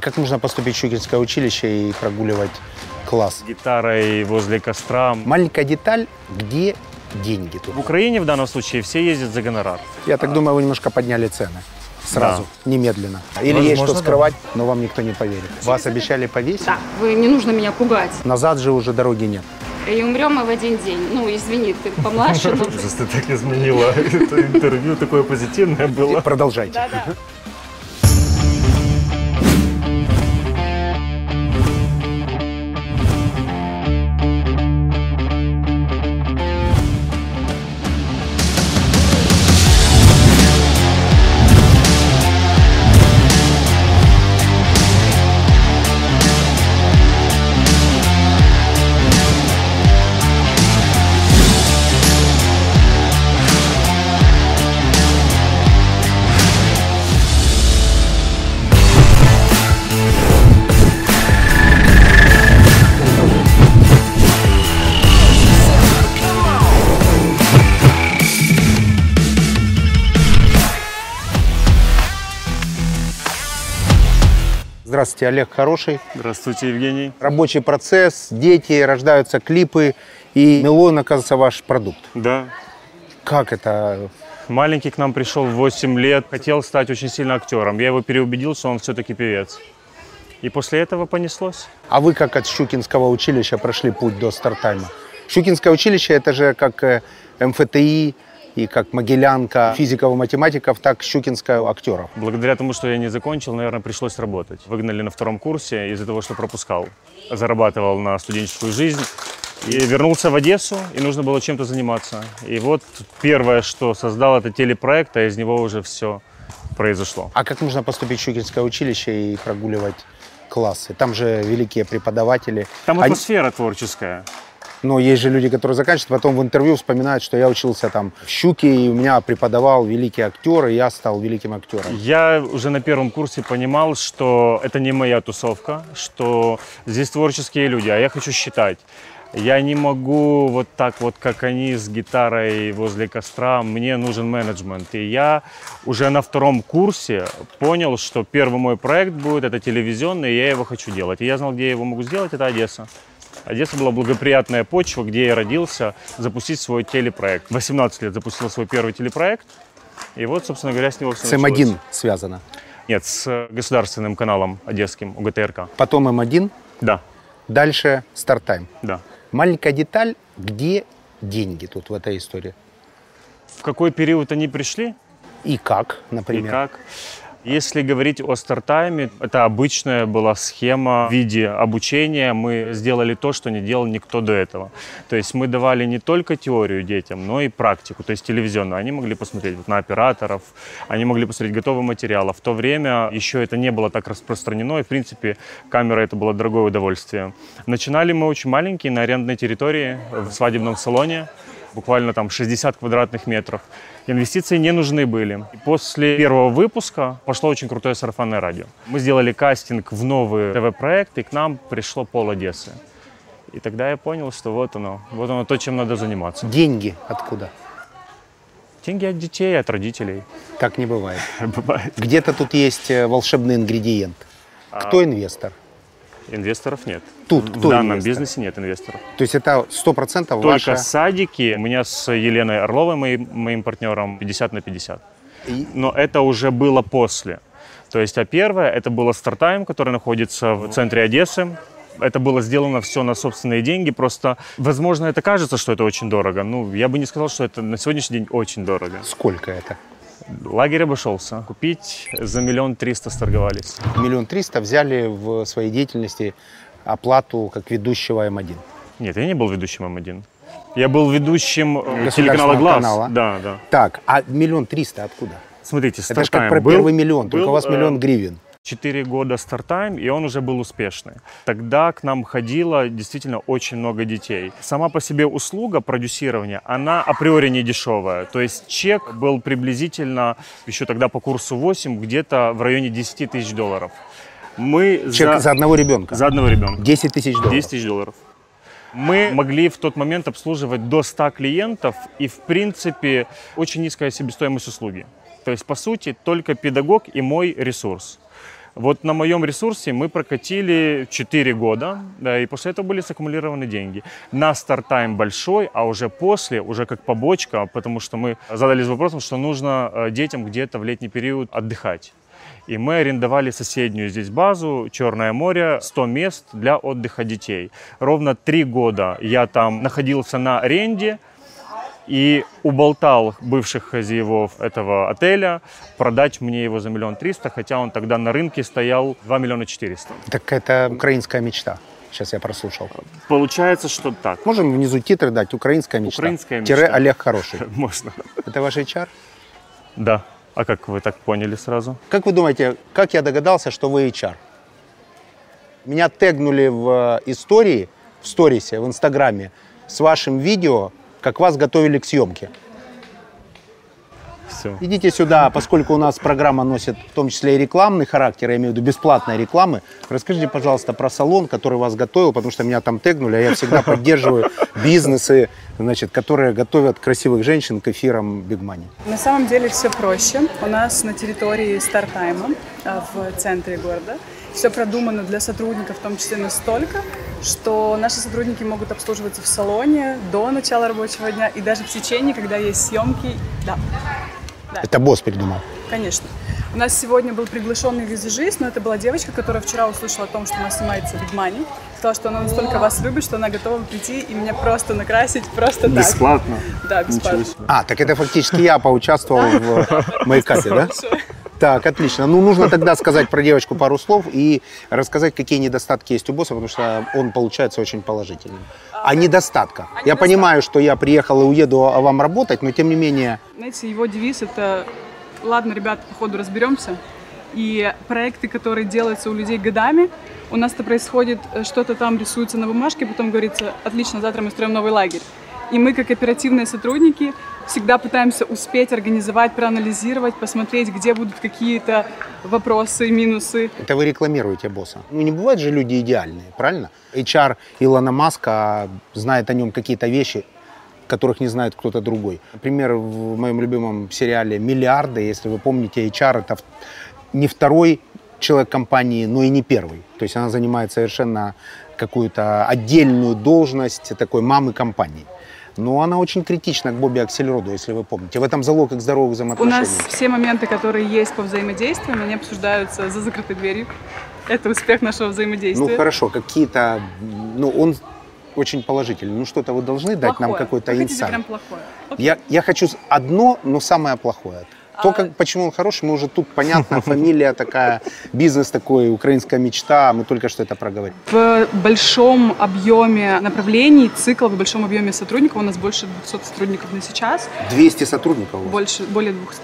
как можно поступить в Щукинское училище и прогуливать класс? Гитарой возле костра. Маленькая деталь, где деньги тут? В Украине в данном случае все ездят за гонорар. Я так думаю, вы немножко подняли цены. Сразу, немедленно. Или Возможно, есть что да. скрывать, но вам никто не поверит. Вас обещали повесить? Да, не нужно меня пугать. Назад же уже дороги нет. И умрем мы в один день. Ну, извини, ты помладше. но- Просто так изменила это интервью, такое позитивное было. Продолжайте. Да-да. Здравствуйте, Олег Хороший. Здравствуйте, Евгений. Рабочий процесс, дети, рождаются клипы, и Мелон, оказывается, ваш продукт. Да. Как это? Маленький к нам пришел в 8 лет, хотел стать очень сильно актером. Я его переубедил, что он все-таки певец. И после этого понеслось. А вы как от Щукинского училища прошли путь до стартайма? Щукинское училище – это же как МФТИ и как Могилянка физиков и математиков, так Щукинское актеров. Благодаря тому, что я не закончил, наверное, пришлось работать. Выгнали на втором курсе из-за того, что пропускал. Зарабатывал на студенческую жизнь. И вернулся в Одессу, и нужно было чем-то заниматься. И вот первое, что создал, это телепроект, а из него уже все произошло. А как нужно поступить в Щукинское училище и прогуливать классы? Там же великие преподаватели. Там Они- атмосфера творческая. Но есть же люди, которые заканчивают, потом в интервью вспоминают, что я учился там в Щуке, и у меня преподавал великий актер, и я стал великим актером. Я уже на первом курсе понимал, что это не моя тусовка, что здесь творческие люди, а я хочу считать. Я не могу вот так вот, как они, с гитарой возле костра. Мне нужен менеджмент. И я уже на втором курсе понял, что первый мой проект будет, это телевизионный, и я его хочу делать. И я знал, где я его могу сделать, это Одесса. Одесса была благоприятная почва, где я родился, запустить свой телепроект. В 18 лет запустил свой первый телепроект. И вот, собственно говоря, с него все С началось. М1 связано. Нет, с государственным каналом одесским, УГТРК. Потом М1, Да, дальше стартайм. да. Маленькая деталь, где деньги тут в этой истории? В какой период они пришли И как, и например? как? Если говорить о стартайме, это обычная была схема в виде обучения. Мы сделали то, что не делал никто до этого. То есть мы давали не только теорию детям, но и практику, то есть телевизионную. Они могли посмотреть вот на операторов, они могли посмотреть готовый материал. А в то время еще это не было так распространено, и, в принципе, камера это было дорогое удовольствие. Начинали мы очень маленькие, на арендной территории, в свадебном салоне. Буквально там 60 квадратных метров. Инвестиции не нужны были. И после первого выпуска пошло очень крутое сарафанное радио. Мы сделали кастинг в новый ТВ-проект, и к нам пришло пол Одессы. И тогда я понял, что вот оно то, чем надо заниматься. Деньги откуда? Деньги от детей, от родителей. Так не бывает. Бывает. Где-то тут есть волшебный ингредиент. Кто инвестор? Инвесторов нет. Тут В кто данном инвестор? бизнесе нет инвесторов. То есть это 100% Только ваша... садики. У меня с Еленой Орловой, моим партнером, 50 на 50. И- Но это уже было после. То есть, а первое, это было стартайм, который находится в центре Одессы. Это было сделано все на собственные деньги. Просто, возможно, это кажется, что это очень дорого. Ну, я бы не сказал, что это на сегодняшний день очень дорого. Сколько это? Лагерь обошелся. Купить за 1 300 000 сторговались. 1 300 000 взяли в своей деятельности оплату как ведущего М1. Нет, я не был ведущим М1. Я был ведущим Государственного телеканала «Глаз». канала. Да, да. Так, а 1 300 000 откуда? Смотрите, Это же как стартайм про был- первый миллион, только был, у вас 1 000 000 гривен. 4 года стартайм, и он уже был успешный. Тогда к нам ходило действительно очень много детей. Сама по себе услуга продюсирования, она априори не дешевая. То есть чек был приблизительно, еще тогда по курсу 8, где-то в районе 10 000 долларов. Мы Чек за одного ребенка. за одного ребенка. 10 000 долларов. 10 000 долларов. Мы могли в тот момент обслуживать до 100 клиентов, и, в принципе, очень низкая себестоимость услуги. То есть, по сути, только педагог и мой ресурс. Вот на моем ресурсе мы прокатили 4 года, да, и после этого были саккумулированы деньги. На старт-тайм большой, а уже после, уже как побочка, потому что мы задались вопросом, что нужно детям где-то в летний период отдыхать. И мы арендовали соседнюю здесь базу, Черное море, 100 мест для отдыха детей. Ровно 3 года я там находился на аренде и уболтал бывших хозяевов этого отеля продать мне его за 1 300 000, хотя он тогда на рынке стоял 2 400 000. Так это украинская мечта. Сейчас я прослушал. Получается, что так. Можем внизу титры дать «Украинская мечта». Украинская мечта. Тире Олег Хороший. Можно. Это ваш HR? Да. А как вы так поняли сразу? Как вы думаете, как я догадался, что вы HR? Меня тегнули в истории, в сторисе, в Инстаграме с вашим видео, как вас готовили к съемке. Все. Идите сюда, поскольку у нас программа носит в том числе и рекламный характер, я имею в виду бесплатной рекламы. Расскажите, пожалуйста, про салон, который вас готовил, потому что меня там тегнули, а я всегда поддерживаю бизнесы, значит, которые готовят красивых женщин к эфирам Big Money. На самом деле все проще. У нас на территории Старт-тайма в центре города все продумано для сотрудников, в том числе настолько, что наши сотрудники могут обслуживаться в салоне до начала рабочего дня и даже в течение, когда есть съемки. Да. Это босс придумал. Конечно. У нас сегодня был приглашенный визажист, но это была девочка, которая вчера услышала о том, что у нас снимается Big Money. Сказала, что она настолько вас любит, что она готова прийти и меня просто накрасить, просто так. Бесплатно? Да, бесплатно. А, так это фактически я поучаствовал в мейкапе, да? Так, отлично. Ну, нужно тогда сказать про девочку пару слов и рассказать, какие недостатки есть у босса, потому что он получается очень положительным. О недостатках. Я понимаю, что я приехал и уеду вам работать, но тем не менее... Знаете, его девиз это «Ладно, ребята, по ходу разберемся». И проекты, которые делаются у людей годами, у нас-то происходит, что-то там рисуется на бумажке, потом говорится «Отлично, завтра мы строим новый лагерь». И мы, как оперативные сотрудники, всегда пытаемся успеть организовать, проанализировать, посмотреть, где будут какие-то вопросы, минусы. Это вы рекламируете босса. Ну, не бывают же люди идеальные, правильно? HR Илона Маска знает о нем какие-то вещи, которых не знает кто-то другой. Например, в моем любимом сериале «Миллиарды», если вы помните, HR — это не второй человек компании, но и не первый. То есть она занимает совершенно какую-то отдельную должность такой мамы компании. Но она очень критична к Бобби Аксельроду, если вы помните. В этом залог их здоровых взаимоотношений. У нас все моменты, которые есть по взаимодействию, они обсуждаются за закрытой дверью. Это успех нашего взаимодействия. Ну хорошо, какие-то... Ну, он очень положительный. Ну что-то вы должны дать нам какой-то инсайт. Прям плохое. Я хочу одно, но самое плохое. То, почему он хороший, мы уже тут, понятно, фамилия такая, бизнес такой, украинская мечта, мы только что это проговорили. В большом объеме направлений, циклов, в большом объеме сотрудников, у нас больше 200 сотрудников на сейчас. 200 сотрудников? Более 200.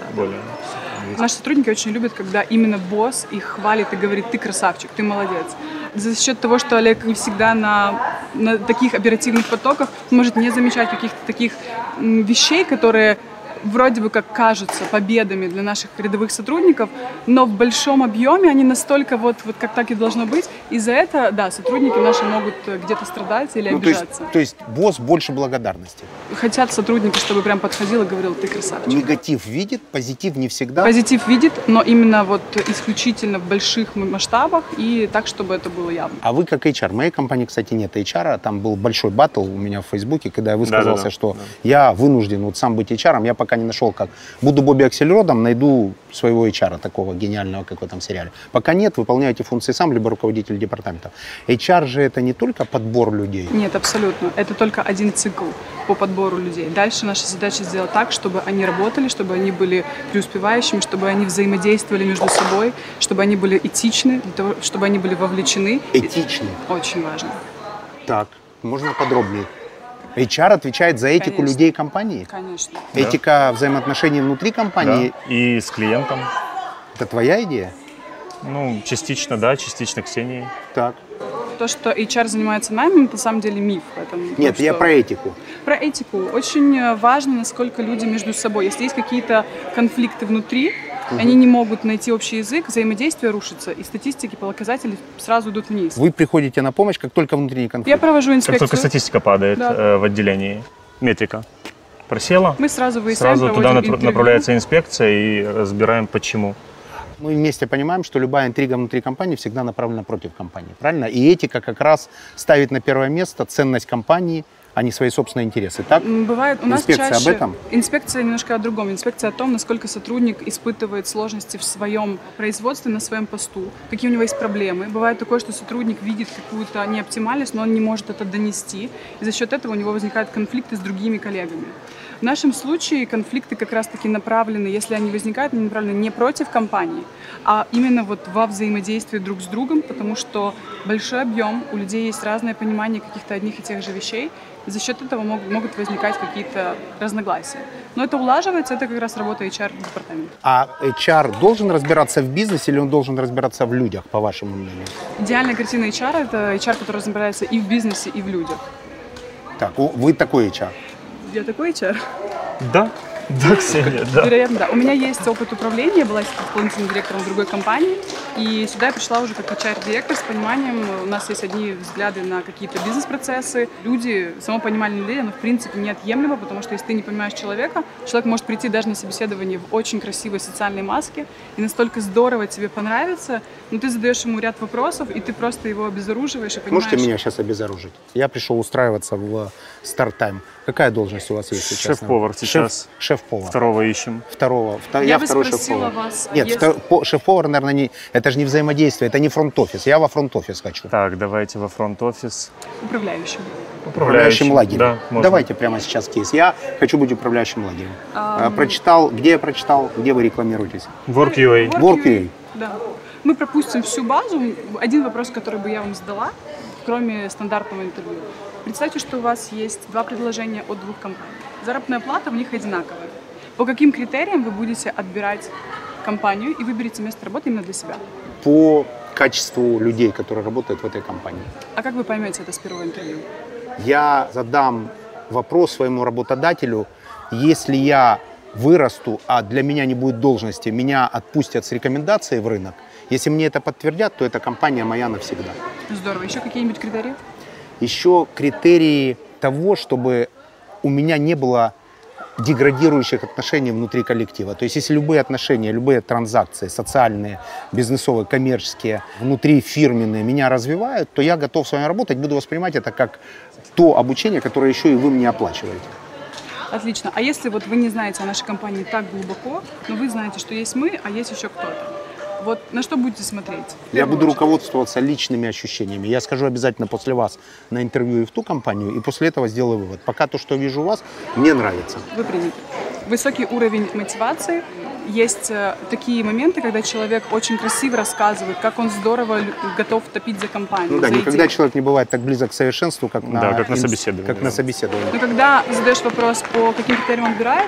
Наши сотрудники очень любят, когда именно босс их хвалит и говорит: ты красавчик, ты молодец. За счет того, что Олег не всегда на таких оперативных потоках может не замечать каких-то таких вещей, которые вроде бы как кажутся победами для наших рядовых сотрудников, но в большом объеме они настолько вот как так и должно быть. И за это, да, сотрудники наши могут где-то страдать или обижаться. То есть босс больше благодарности? Хотят сотрудники, чтобы прям подходил и говорил: ты красавчик. Негатив видит, позитив не всегда? Позитив видит, но именно вот исключительно в больших масштабах и так, чтобы это было явно. А вы как HR? В моей компании, кстати, нет HR. Там был большой баттл у меня в Фейсбуке, когда я высказался, что я вынужден вот сам быть HR. Я пока не нашел, как буду Бобби Аксельродом, найду своего HR, такого гениального, как в этом сериале. Пока нет, выполняете функции сам, либо руководитель департамента. HR же это не только подбор людей? Нет, абсолютно. Это только один цикл по подбору людей. Дальше наша задача сделать так, чтобы они работали, чтобы они были преуспевающими, чтобы они взаимодействовали между собой, чтобы они были этичны, чтобы они были вовлечены. Этичны? Очень важно. Так, можно подробнее? HR отвечает за этику людей компании? Конечно. Этика взаимоотношений внутри компании? Да. И с клиентом. Это твоя идея? Ну, частично, да, частично Ксении. Так. То, что HR занимается нами, это на самом деле миф. Нет, я про этику. Про этику. Очень важно, насколько люди между собой. Если есть какие-то конфликты внутри, они не могут найти общий язык, взаимодействие рушится, и статистики, показатели сразу идут вниз. Вы приходите на помощь, как только внутренний конфликт? Я провожу инспекцию. Как только статистика падает в отделении, метрика просела, мы сразу выясняем, сразу туда направляется инспекция и разбираем, почему. Мы вместе понимаем, что любая интрига внутри компании всегда направлена против компании, правильно? И этика как раз ставит на первое место ценность компании, а не свои собственные интересы. Так? Бывает, у нас Инспекция чаще... об этом? Инспекция немножко о другом. Инспекция о том, насколько сотрудник испытывает сложности в своем производстве, на своем посту, какие у него есть проблемы. Бывает такое, что сотрудник видит какую-то неоптимальность, но он не может это донести. И за счет этого у него возникают конфликты с другими коллегами. В нашем случае конфликты как раз-таки направлены, если они возникают, они направлены не против компании, а именно вот во взаимодействии друг с другом, потому что большой объем, у людей есть разное понимание каких-то одних и тех же вещей, и за счет этого могут возникать какие-то разногласия. Но это улаживается, это как раз работа HR-департамента. А HR должен разбираться в бизнесе или он должен разбираться в людях, по вашему мнению? Идеальная картина HR – это HR, который разбирается и в бизнесе, и в людях. Так, вы такой HR? Я такой HR? Да, да, Ксения, да. Вероятно, да. У меня есть опыт управления, я была исполнительным директором в другой компании, и сюда я пришла уже как HR-директор с пониманием, у нас есть одни взгляды на какие-то бизнес-процессы. Люди, само понимание людей, оно в принципе неотъемлемо, потому что если ты не понимаешь человека, человек может прийти даже на собеседование в очень красивой социальной маске, и настолько здорово тебе понравится, но ты задаешь ему ряд вопросов, и ты просто его обезоруживаешь и понимаешь... Можете меня сейчас обезоружить? Я пришел устраиваться в StarTime. Какая должность у вас есть сейчас? Шеф-повар сейчас. Шеф-повар. Второго ищем. Я бы второй спросила шеф-повар. вас, Нет, шеф-повар, наверное, это же не взаимодействие, это не фронт-офис. Я во фронт-офис хочу. Так, давайте во фронт-офис. Управляющим. Управляющим лагерем. Да, можно. Давайте прямо сейчас кейс. Я хочу быть управляющим лагерем. Прочитал, где я прочитал, где вы рекламируетесь? Work.ua. Work.ua. Да. Мы пропустим всю базу. Один вопрос, который бы я вам задала, кроме стандартного интервью. Представьте, что у вас есть два предложения от двух компаний. Заработная плата в них одинаковая. По каким критериям вы будете отбирать компанию и выберете место работы именно для себя? По качеству людей, которые работают в этой компании. А как вы поймете это с первого интервью? Я задам вопрос своему работодателю, если я вырасту, а для меня не будет должности, меня отпустят с рекомендацией в рынок. Если мне это подтвердят, то эта компания моя навсегда. Здорово. Еще какие-нибудь критерии? Еще критерии того, чтобы у меня не было деградирующих отношений внутри коллектива. То есть если любые отношения, любые транзакции, социальные, бизнесовые, коммерческие, внутрифирменные меня развивают, то я готов с вами работать, буду воспринимать это как то обучение, которое еще и вы мне оплачиваете. Отлично. А если вот вы не знаете о нашей компании так глубоко, но вы знаете, что есть мы, а есть еще кто-то, вот на что будете смотреть? Я буду руководствоваться личными ощущениями. Я скажу обязательно после вас на интервью и в ту компанию, и после этого сделаю вывод. Пока то, что вижу у вас, мне нравится. Вы приняты. Высокий уровень мотивации. Есть такие моменты, когда человек очень красиво рассказывает, как он здорово готов топить за компанию. Ну да, за никогда идею. человек не бывает так близок к совершенству, как на собеседовании. Как на собеседовании. Но когда задаешь вопрос, по каким критериям он выбирает,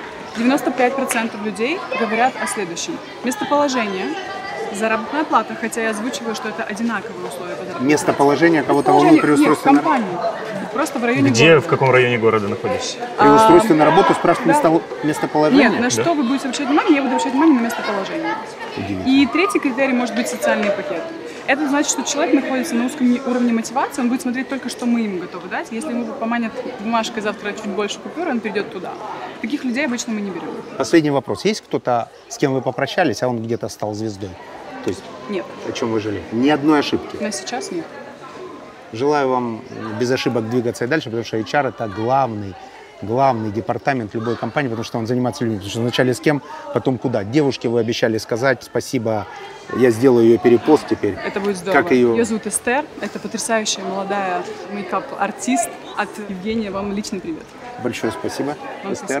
95% людей говорят о следующем. Местоположение, заработная плата, хотя я озвучиваю, что это одинаковые условия по заработной Местоположение кого-то во плате. внутри Нет, в устройства на... компании. Просто в районе Где, города. в каком районе города находишься? При устройстве на работу спрашивают местоположение? Нет, на что вы будете обращать внимание, я буду обращать внимание на местоположение. Удивительно. И третий критерий может быть социальный пакет. Это значит, что человек находится на узком уровне мотивации, он будет смотреть только, что мы ему готовы дать. Если ему поманят бумажкой завтра чуть больше купюр, он перейдет туда. Таких людей обычно мы не берем. Последний вопрос. Есть кто-то, с кем вы попрощались, а он где-то стал звездой? То есть Нет, о чем вы жалеете? Ни одной ошибки. на сейчас нет. Желаю вам без ошибок двигаться и дальше, потому что HR – это главный департамент любой компании, потому что он занимается людьми. Потому что вначале с кем, потом куда. Девушке вы обещали сказать спасибо, я сделаю ее перепост теперь. Это будет здорово. Как ее? Ее зовут Эстер, это потрясающая молодая мейкап-артист. От Евгения вам личный привет. Большое спасибо, Вам Эстер. спасибо.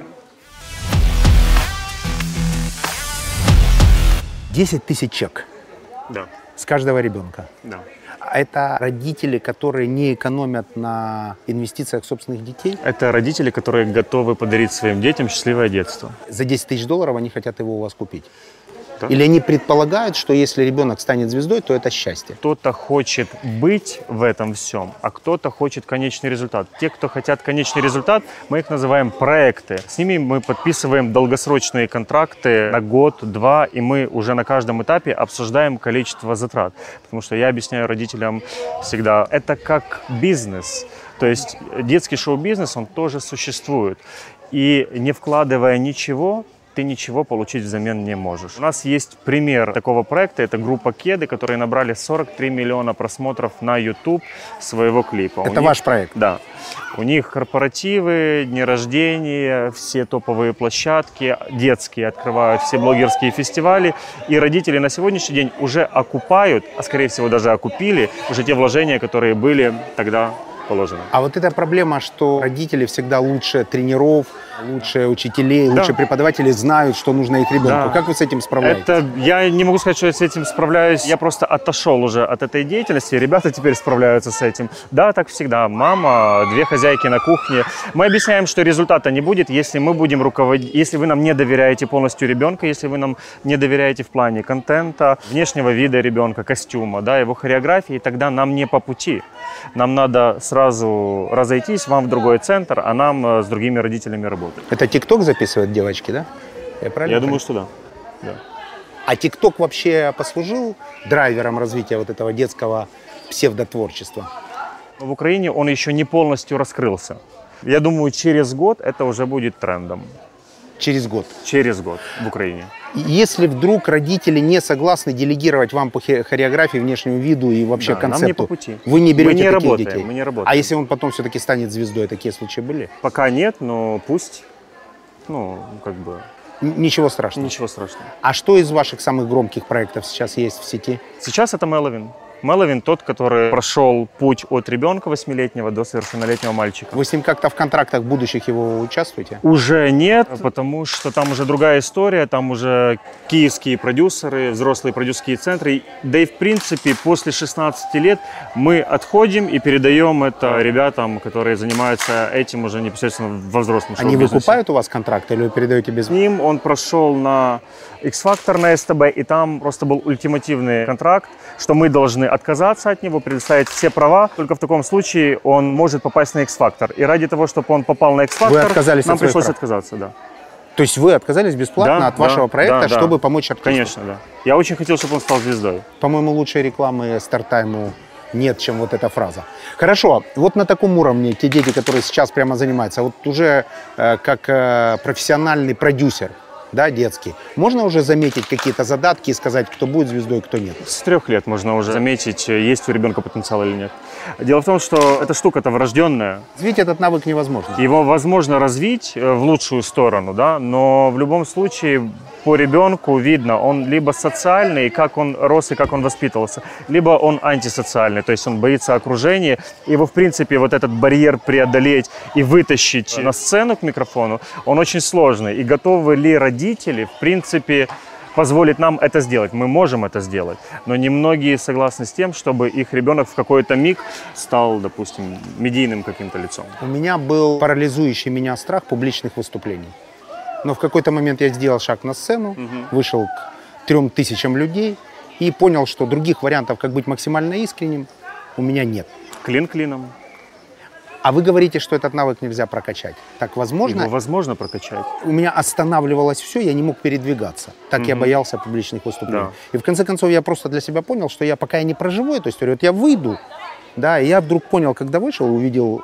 10 тысяч чек Да, с каждого ребенка. да. А это родители, которые не экономят на инвестициях собственных детей. Это родители, которые готовы подарить своим детям счастливое детство. За 10 тысяч долларов они хотят его у вас купить. Да. Или они предполагают, что если ребенок станет звездой, то это счастье. Кто-то хочет быть в этом всем, а кто-то хочет конечный результат. Те, кто хотят конечный результат, мы их называем проекты. С ними мы подписываем долгосрочные контракты на год, два, и мы уже на каждом этапе обсуждаем количество затрат. Потому что я объясняю родителям всегда, это как бизнес. То есть детский шоу-бизнес, он тоже существует. И не вкладывая ничего, ты ничего получить взамен не можешь. У нас есть пример такого проекта, это группа «Кеды», которые набрали 43 миллиона просмотров на YouTube своего клипа. Это ваш проект? Да. У них корпоративы, дни рождения, все топовые площадки, детские открывают, все блогерские фестивали. И родители на сегодняшний день уже окупают, а скорее всего даже окупили, уже те вложения, которые были тогда положены. А вот эта проблема, что родители всегда лучше тренеров, лучше учителей, лучше преподавателей знают, что нужно их ребенку. Да. Как вы с этим справляетесь? Я не могу сказать, что я с этим справляюсь. Я просто отошел уже от этой деятельности. Ребята теперь справляются с этим. Да, так всегда. Мама, две хозяйки на кухне. Мы объясняем, что результата не будет, если мы будем руководить, если вы нам не доверяете полностью ребенка, если вы нам не доверяете в плане контента, внешнего вида ребенка, костюма, да, его хореографии, тогда нам не по пути. Нам надо сразу разойтись, вам в другой центр, а нам с другими родителями работать. Это ТикТок записывают девочки, да? Я думаю, что да. А ТикТок вообще послужил драйвером развития вот этого детского псевдотворчества? В Украине он еще не полностью раскрылся. Я думаю, через год это уже будет трендом. Через год? Через год в Украине. Если вдруг родители не согласны делегировать вам по хореографии, внешнему виду и вообще концепту, нам не по пути. вы не берете таких работаем, детей? Мы не работаем. А если он потом все-таки станет звездой, такие случаи были? Пока нет, но пусть, Ничего страшного? Ничего страшного. А что из ваших самых громких проектов сейчас есть в сети? Сейчас это Меловин. Меловин тот, который прошел путь от ребенка 8-летнего до совершеннолетнего мальчика. Вы с ним как-то в контрактах будущих его участвуете? Уже нет, потому что там уже другая история, там уже киевские продюсеры, взрослые продюсерские центры. Да и в принципе после 16 лет мы отходим и передаем это ребятам, которые занимаются этим уже непосредственно во взрослом шоу-бизнесе. Они выкупают у вас контракт или вы передаете без... С ним он прошел на X-Factor на СТБ, и там просто был ультимативный контракт, что мы должны отказаться от него, предоставить все права. Только в таком случае он может попасть на X-Factor. И ради того, чтобы он попал на X-Factor, нам пришлось отказаться, да. То есть вы отказались бесплатно от вашего проекта, чтобы помочь артисту? Конечно, да. Я очень хотел, чтобы он стал звездой. По-моему, лучшей рекламы StarTime нет, чем вот эта фраза. Хорошо, вот на таком уровне те дети, которые сейчас прямо занимаются, вот уже как профессиональный продюсер, да, детский, можно уже заметить какие-то задатки и сказать, кто будет звездой, кто нет? С 3 лет можно уже заметить, есть у ребенка потенциал или нет. Дело в том, что эта штука-то врожденная. Развить этот навык невозможно. Его возможно развить в лучшую сторону, да, но в любом случае по ребенку видно, он либо социальный, как он рос и как он воспитывался, либо он антисоциальный, то есть он боится окружения. Его, в принципе, вот этот барьер преодолеть и вытащить на сцену к микрофону, он очень сложный. И готовы ли родители, в принципе, позволить нам это сделать? Мы можем это сделать, но немногие согласны с тем, чтобы их ребенок в какой-то миг стал, допустим, медийным каким-то лицом. У меня был парализующий меня страх публичных выступлений. Но в какой-то момент я сделал шаг на сцену, вышел к 3000 людей и понял, что других вариантов, как быть максимально искренним, у меня нет. Клин клином. А вы говорите, что этот навык нельзя прокачать. Так возможно? Его возможно прокачать. У меня останавливалось все, я не мог передвигаться. Так я боялся публичных выступлений. Да. И в конце концов я просто для себя понял, что пока я не проживу эту историю, вот я выйду, да, и я вдруг понял, когда вышел, увидел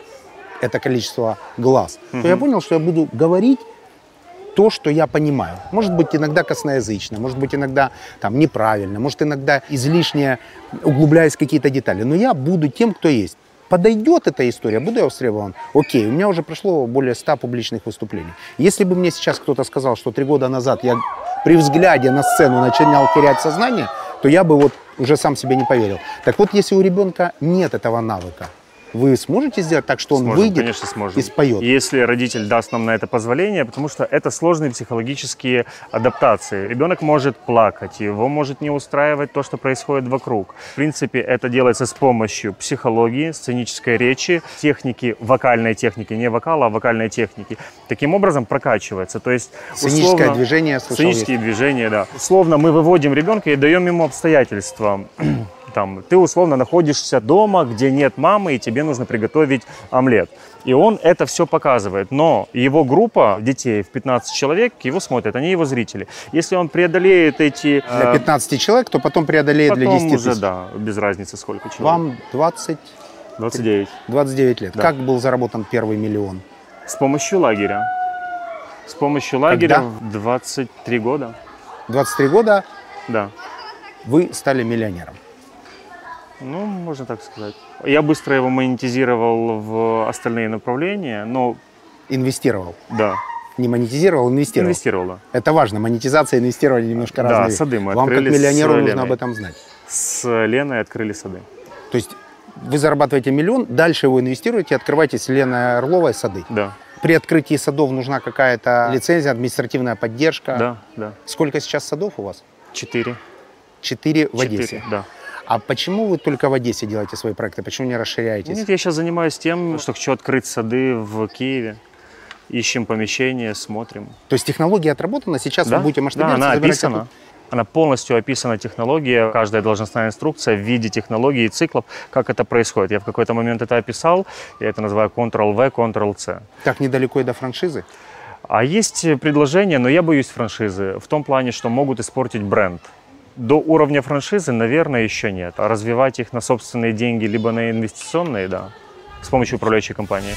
это количество глаз, то я понял, что я буду говорить то, что я понимаю. Может быть, иногда косноязычно, может быть, иногда там неправильно, может, иногда излишне углубляясь в какие-то детали. Но я буду тем, кто есть. Подойдет эта история, буду я востребован? Окей, у меня уже прошло более 100 публичных выступлений. Если бы мне сейчас кто-то сказал, что 3 года назад я при взгляде на сцену начинал терять сознание, то я бы вот уже сам себе не поверил. Так вот, если у ребенка нет этого навыка, вы сможете сделать так, что он выйдет, конечно, и споет? Если родитель даст нам на это позволение, потому что это сложные психологические адаптации. Ребенок может плакать, его может не устраивать то, что происходит вокруг. В принципе, это делается с помощью психологии, сценической речи, техники, вокальной техники, не вокала, а вокальной техники. Таким образом прокачивается. То есть, сценическое движение, сценические движения, да. Условно мы выводим ребенка и даем ему обстоятельства. Там, ты условно находишься дома, где нет мамы, и тебе нужно приготовить омлет. И он это все показывает. Но его группа детей в 15 человек его смотрят, они его зрители. Если он преодолеет эти... Для 15 человек, то потом преодолеет для 10 тысяч. Уже, да, без разницы сколько человек. Вам 29 лет. Да. Как был заработан первый миллион? С помощью лагеря. С помощью лагеря 23 года. 23 года Да. вы стали миллионером. Ну, можно так сказать. Я быстро его монетизировал в остальные направления, но Инвестировал. да, Не монетизировал, инвестировал. инвестировал, да. Это важно. Монетизация и инвестирование немножко разные. Да, сады мы Вам как открыли с миллионеру нужно Леной. об этом знать. С Леной открыли сады. То есть вы зарабатываете миллион, дальше его инвестируете, открываете с Леной Орловой сады. Да, При открытии садов нужна какая-то лицензия, административная поддержка. да, да. Сколько сейчас садов у вас? 4. 4 в Одессе. Да. А почему вы только в Одессе делаете свои проекты? Почему не расширяетесь? Нет, я сейчас занимаюсь тем, что хочу открыть сады в Киеве. Ищем помещение, смотрим. То есть технология отработана, сейчас Да, вы будете да, масштабироваться, она забирать описана. Она полностью описана технология, каждая должностная инструкция в виде технологий и циклов, как это происходит. Я в какой-то момент это описал, я это называю Ctrl-V, Ctrl-C. Так недалеко и до франшизы? А есть предложения, но я боюсь франшизы в том плане, что могут испортить бренд. До уровня франшизы, наверное, еще нет. А развивать их на собственные деньги, либо на инвестиционные, да, с помощью управляющей компании.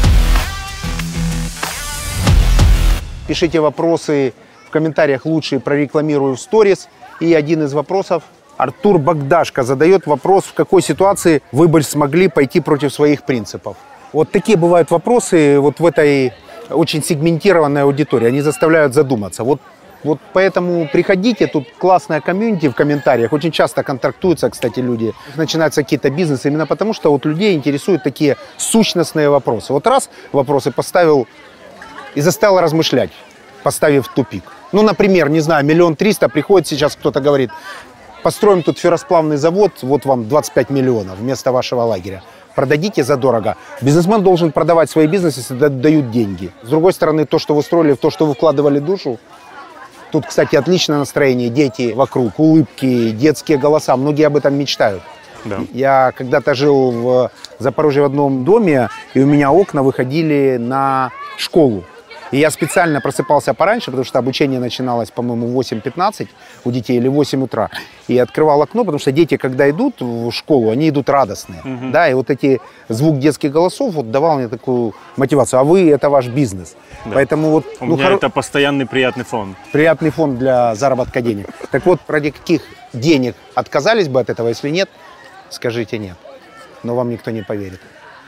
Пишите вопросы в комментариях, лучше прорекламирую в сторис. И один из вопросов. Артур Богдашко задает вопрос, в какой ситуации вы бы смогли пойти против своих принципов. Вот такие бывают вопросы вот в этой очень сегментированной аудитории. Они заставляют задуматься. Вот поэтому приходите, тут классная комьюнити в комментариях. Очень часто контактуются, кстати, люди. Начинаются какие-то бизнесы именно потому, что вот людей интересуют такие сущностные вопросы. Вот раз вопросы поставил и заставил размышлять, поставив в тупик. Ну, например, не знаю, 1 300 000 приходит сейчас кто-то говорит, построим тут ферросплавный завод, вот вам 25 миллионов вместо вашего лагеря. Продадите задорого. Бизнесмен должен продавать свои бизнесы, если дают деньги. С другой стороны, то, что вы строили, в то, что вы вкладывали душу. Тут, кстати, отличное настроение, дети вокруг, улыбки, детские голоса. Многие об этом мечтают. Да. Я когда-то жил в Запорожье в одном доме, и у меня окна выходили на школу. И я специально просыпался пораньше, потому что обучение начиналось, по-моему, в 8:15 у детей или в 8 утра. И открывал окно, потому что дети, когда идут в школу, они идут радостные. Да, и вот эти звук детских голосов вот давал мне такую мотивацию. А вы – это ваш бизнес. Да. Поэтому вот У меня это постоянный приятный фон. приятный фонд для заработка денег. Так вот, ради каких денег отказались бы от этого? Если нет, скажите нет. Но вам никто не поверит.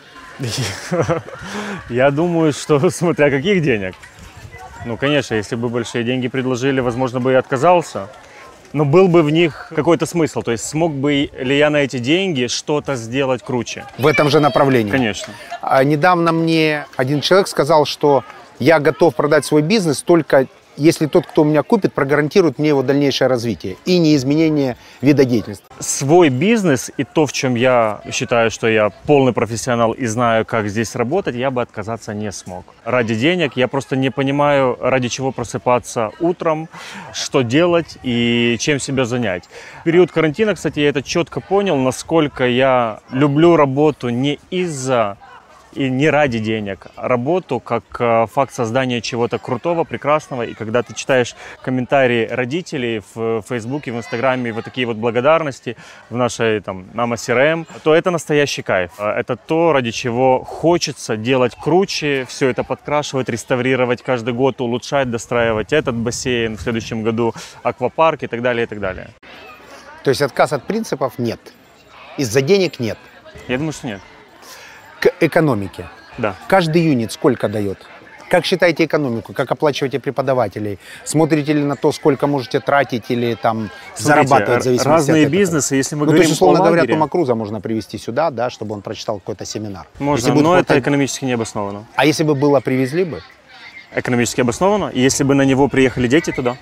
Я думаю, что смотря каких денег. Ну, конечно, если бы большие деньги предложили, возможно, бы и отказался. Но был бы в них какой-то смысл. То есть смог бы ли я на эти деньги что-то сделать круче? В этом же направлении. Конечно. А недавно мне один человек сказал, что я готов продать свой бизнес только если тот, кто у меня купит, прогарантирует мне его дальнейшее развитие и не изменение вида деятельности. Свой бизнес и то, в чем я считаю, что я полный профессионал и знаю, как здесь работать, я бы отказаться не смог. Ради денег я просто не понимаю, ради чего просыпаться утром, что делать и чем себя занять. В период карантина, кстати, я это четко понял, насколько я люблю работу не из-за и не ради денег, а работу как факт создания чего-то крутого, прекрасного. И когда ты читаешь комментарии родителей в Фейсбуке, в Инстаграме, вот такие вот благодарности в нашей там Mama CRM, то это настоящий кайф. Это то, ради чего хочется делать круче, все это подкрашивать, реставрировать каждый год, улучшать, достраивать этот бассейн, в следующем году аквапарк и так далее, и так далее. То есть отказ от принципов нет. Из-за денег нет. Я думаю, что нет. К экономике. Да. Каждый юнит сколько дает? Как считаете экономику? Как оплачиваете преподавателей? Смотрите ли на то, сколько можете тратить или там зарабатывать в зависимости разные от этого? бизнесы, если мы Ну, то говорим есть, условно о говоря, лагере, Тома Круза можно привести сюда, да, чтобы он прочитал какой-то семинар. можно, Если будет но это хватать- экономически не обосновано. А если бы было, привезли бы? Экономически обосновано. И если бы на него приехали дети туда,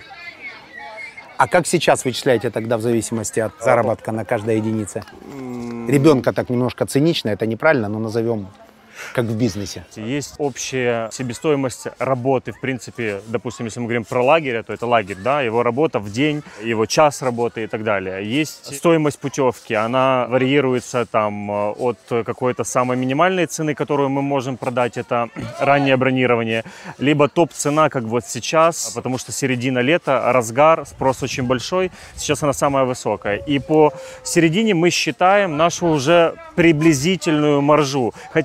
А как сейчас вычисляете тогда в зависимости от заработка на каждой единице? Ребенка так немножко цинично, это неправильно, но назовем как в бизнесе. есть общая себестоимость работы, в принципе, допустим, если мы говорим про лагерь, то это лагерь, да, его работа в день, его час работы и так далее. Есть стоимость путевки, она варьируется там от какой-то самой минимальной цены, которую мы можем продать, это раннее бронирование, либо топ-цена, как вот сейчас, потому что середина лета, разгар, спрос очень большой, сейчас она самая высокая. И по середине мы считаем нашу уже приблизительную маржу, хотя она не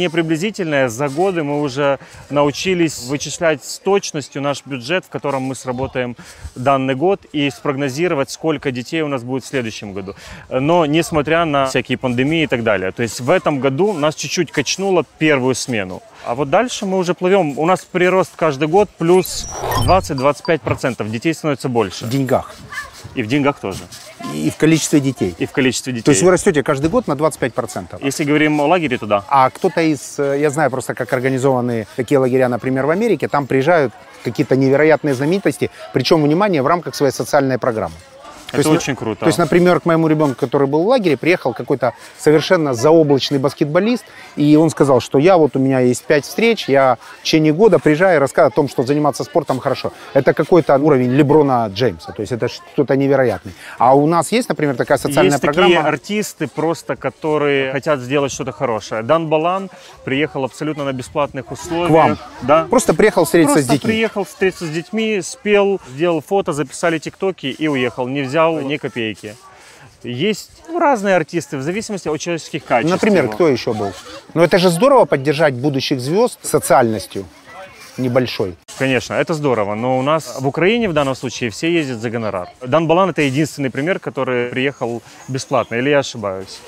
не приблизительное. За годы мы уже научились вычислять с точностью наш бюджет, в котором мы сработаем данный год, и спрогнозировать, сколько детей у нас будет в следующем году. Но несмотря на всякие пандемии и так далее. То есть в этом году нас чуть-чуть качнуло первую смену. А вот дальше мы уже плывем. У нас прирост каждый год плюс 20-25%. Детей становится больше. В деньгах. И в деньгах тоже. И в количестве детей. И в количестве детей. То есть вы растете каждый год на 25%. Если говорим о лагере, то да. А кто-то я знаю просто, как организованы такие лагеря, например, в Америке, там приезжают какие-то невероятные знаменитости, причем, внимание, в рамках своей социальной программы. Это очень круто. То есть, например, к моему ребенку, который был в лагере, приехал какой-то совершенно заоблачный баскетболист, и он сказал, что у меня есть 5 встреч, я в течение года приезжаю и рассказываю о том, что заниматься спортом хорошо. Это какой-то уровень Леброна Джеймса, то есть это что-то невероятное. А у нас есть, например, такая социальная программа. Есть такие артисты просто, которые хотят сделать что-то хорошее. Дан Балан приехал абсолютно на бесплатных условиях. К вам? Да. Просто приехал встретиться с детьми. Приехал встретиться с детьми, спел, сделал фото, записали тиктоки и уехал. Не взял ни копейки. Есть разные артисты в зависимости от человеческих качеств. Например, кто еще был? Но это же здорово поддержать будущих звезд социальностью небольшой. Конечно, это здорово, но у нас в Украине в данном случае все ездят за гонорар. Дан Балан — это единственный пример, который приехал бесплатно, или я ошибаюсь?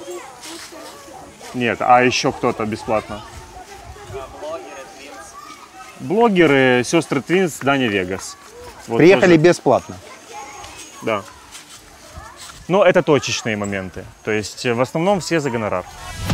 Нет, а еще кто-то бесплатно? Блогеры, сестры Твинс, Даня Вегас. Вот приехали тоже. Бесплатно. Да. Но это точечные моменты. То есть в основном все за гонорар.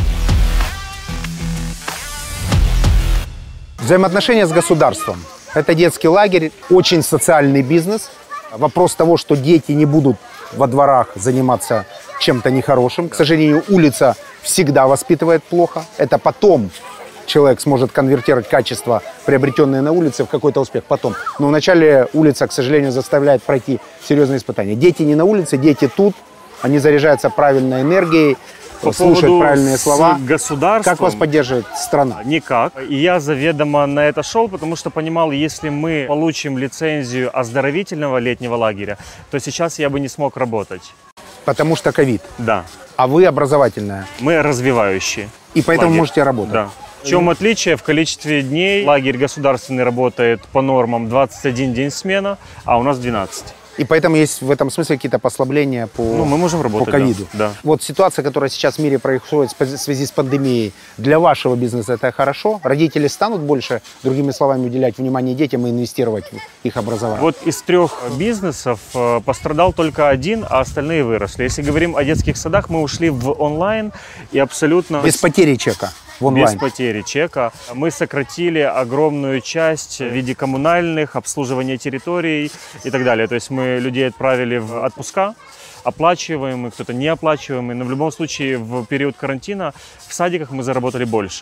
Взаимоотношения с государством. Это детский лагерь, очень социальный бизнес. Вопрос того, что дети не будут во дворах заниматься чем-то нехорошим. К сожалению, улица всегда воспитывает плохо. Это потом человек сможет конвертировать качества, приобретенные на улице, в какой-то успех потом. Но вначале улица, к сожалению, заставляет пройти серьезные испытания. Дети не на улице, дети тут. Они заряжаются правильной энергией, слушают правильные слова. Как вас поддерживает страна? Никак. И я заведомо на это шел, потому что понимал, если мы получим лицензию оздоровительного летнего лагеря, то сейчас я бы не смог работать. Потому что ковид? Да. А вы образовательная? Мы развивающие. И поэтому лагерь. Можете работать? Да. В чем отличие? В количестве дней лагерь государственный работает по нормам 21 день смена, а у нас 12. И поэтому есть в этом смысле какие-то послабления по мы можем работать, по ковиду. Да. Вот ситуация, которая сейчас в мире происходит в связи с пандемией, для вашего бизнеса это хорошо? Родители станут больше, другими словами, уделять внимание детям и инвестировать в их образование? Вот из 3 бизнесов пострадал только один, а остальные выросли. Если говорим о детских садах, мы ушли в онлайн и абсолютно... Без потери чека. Без потери чека. Мы сократили огромную часть в виде коммунальных, обслуживания территорий и так далее. То есть мы людей отправили в отпуска, оплачиваемые, кто-то неоплачиваемый. Но в любом случае в период карантина в садиках мы заработали больше,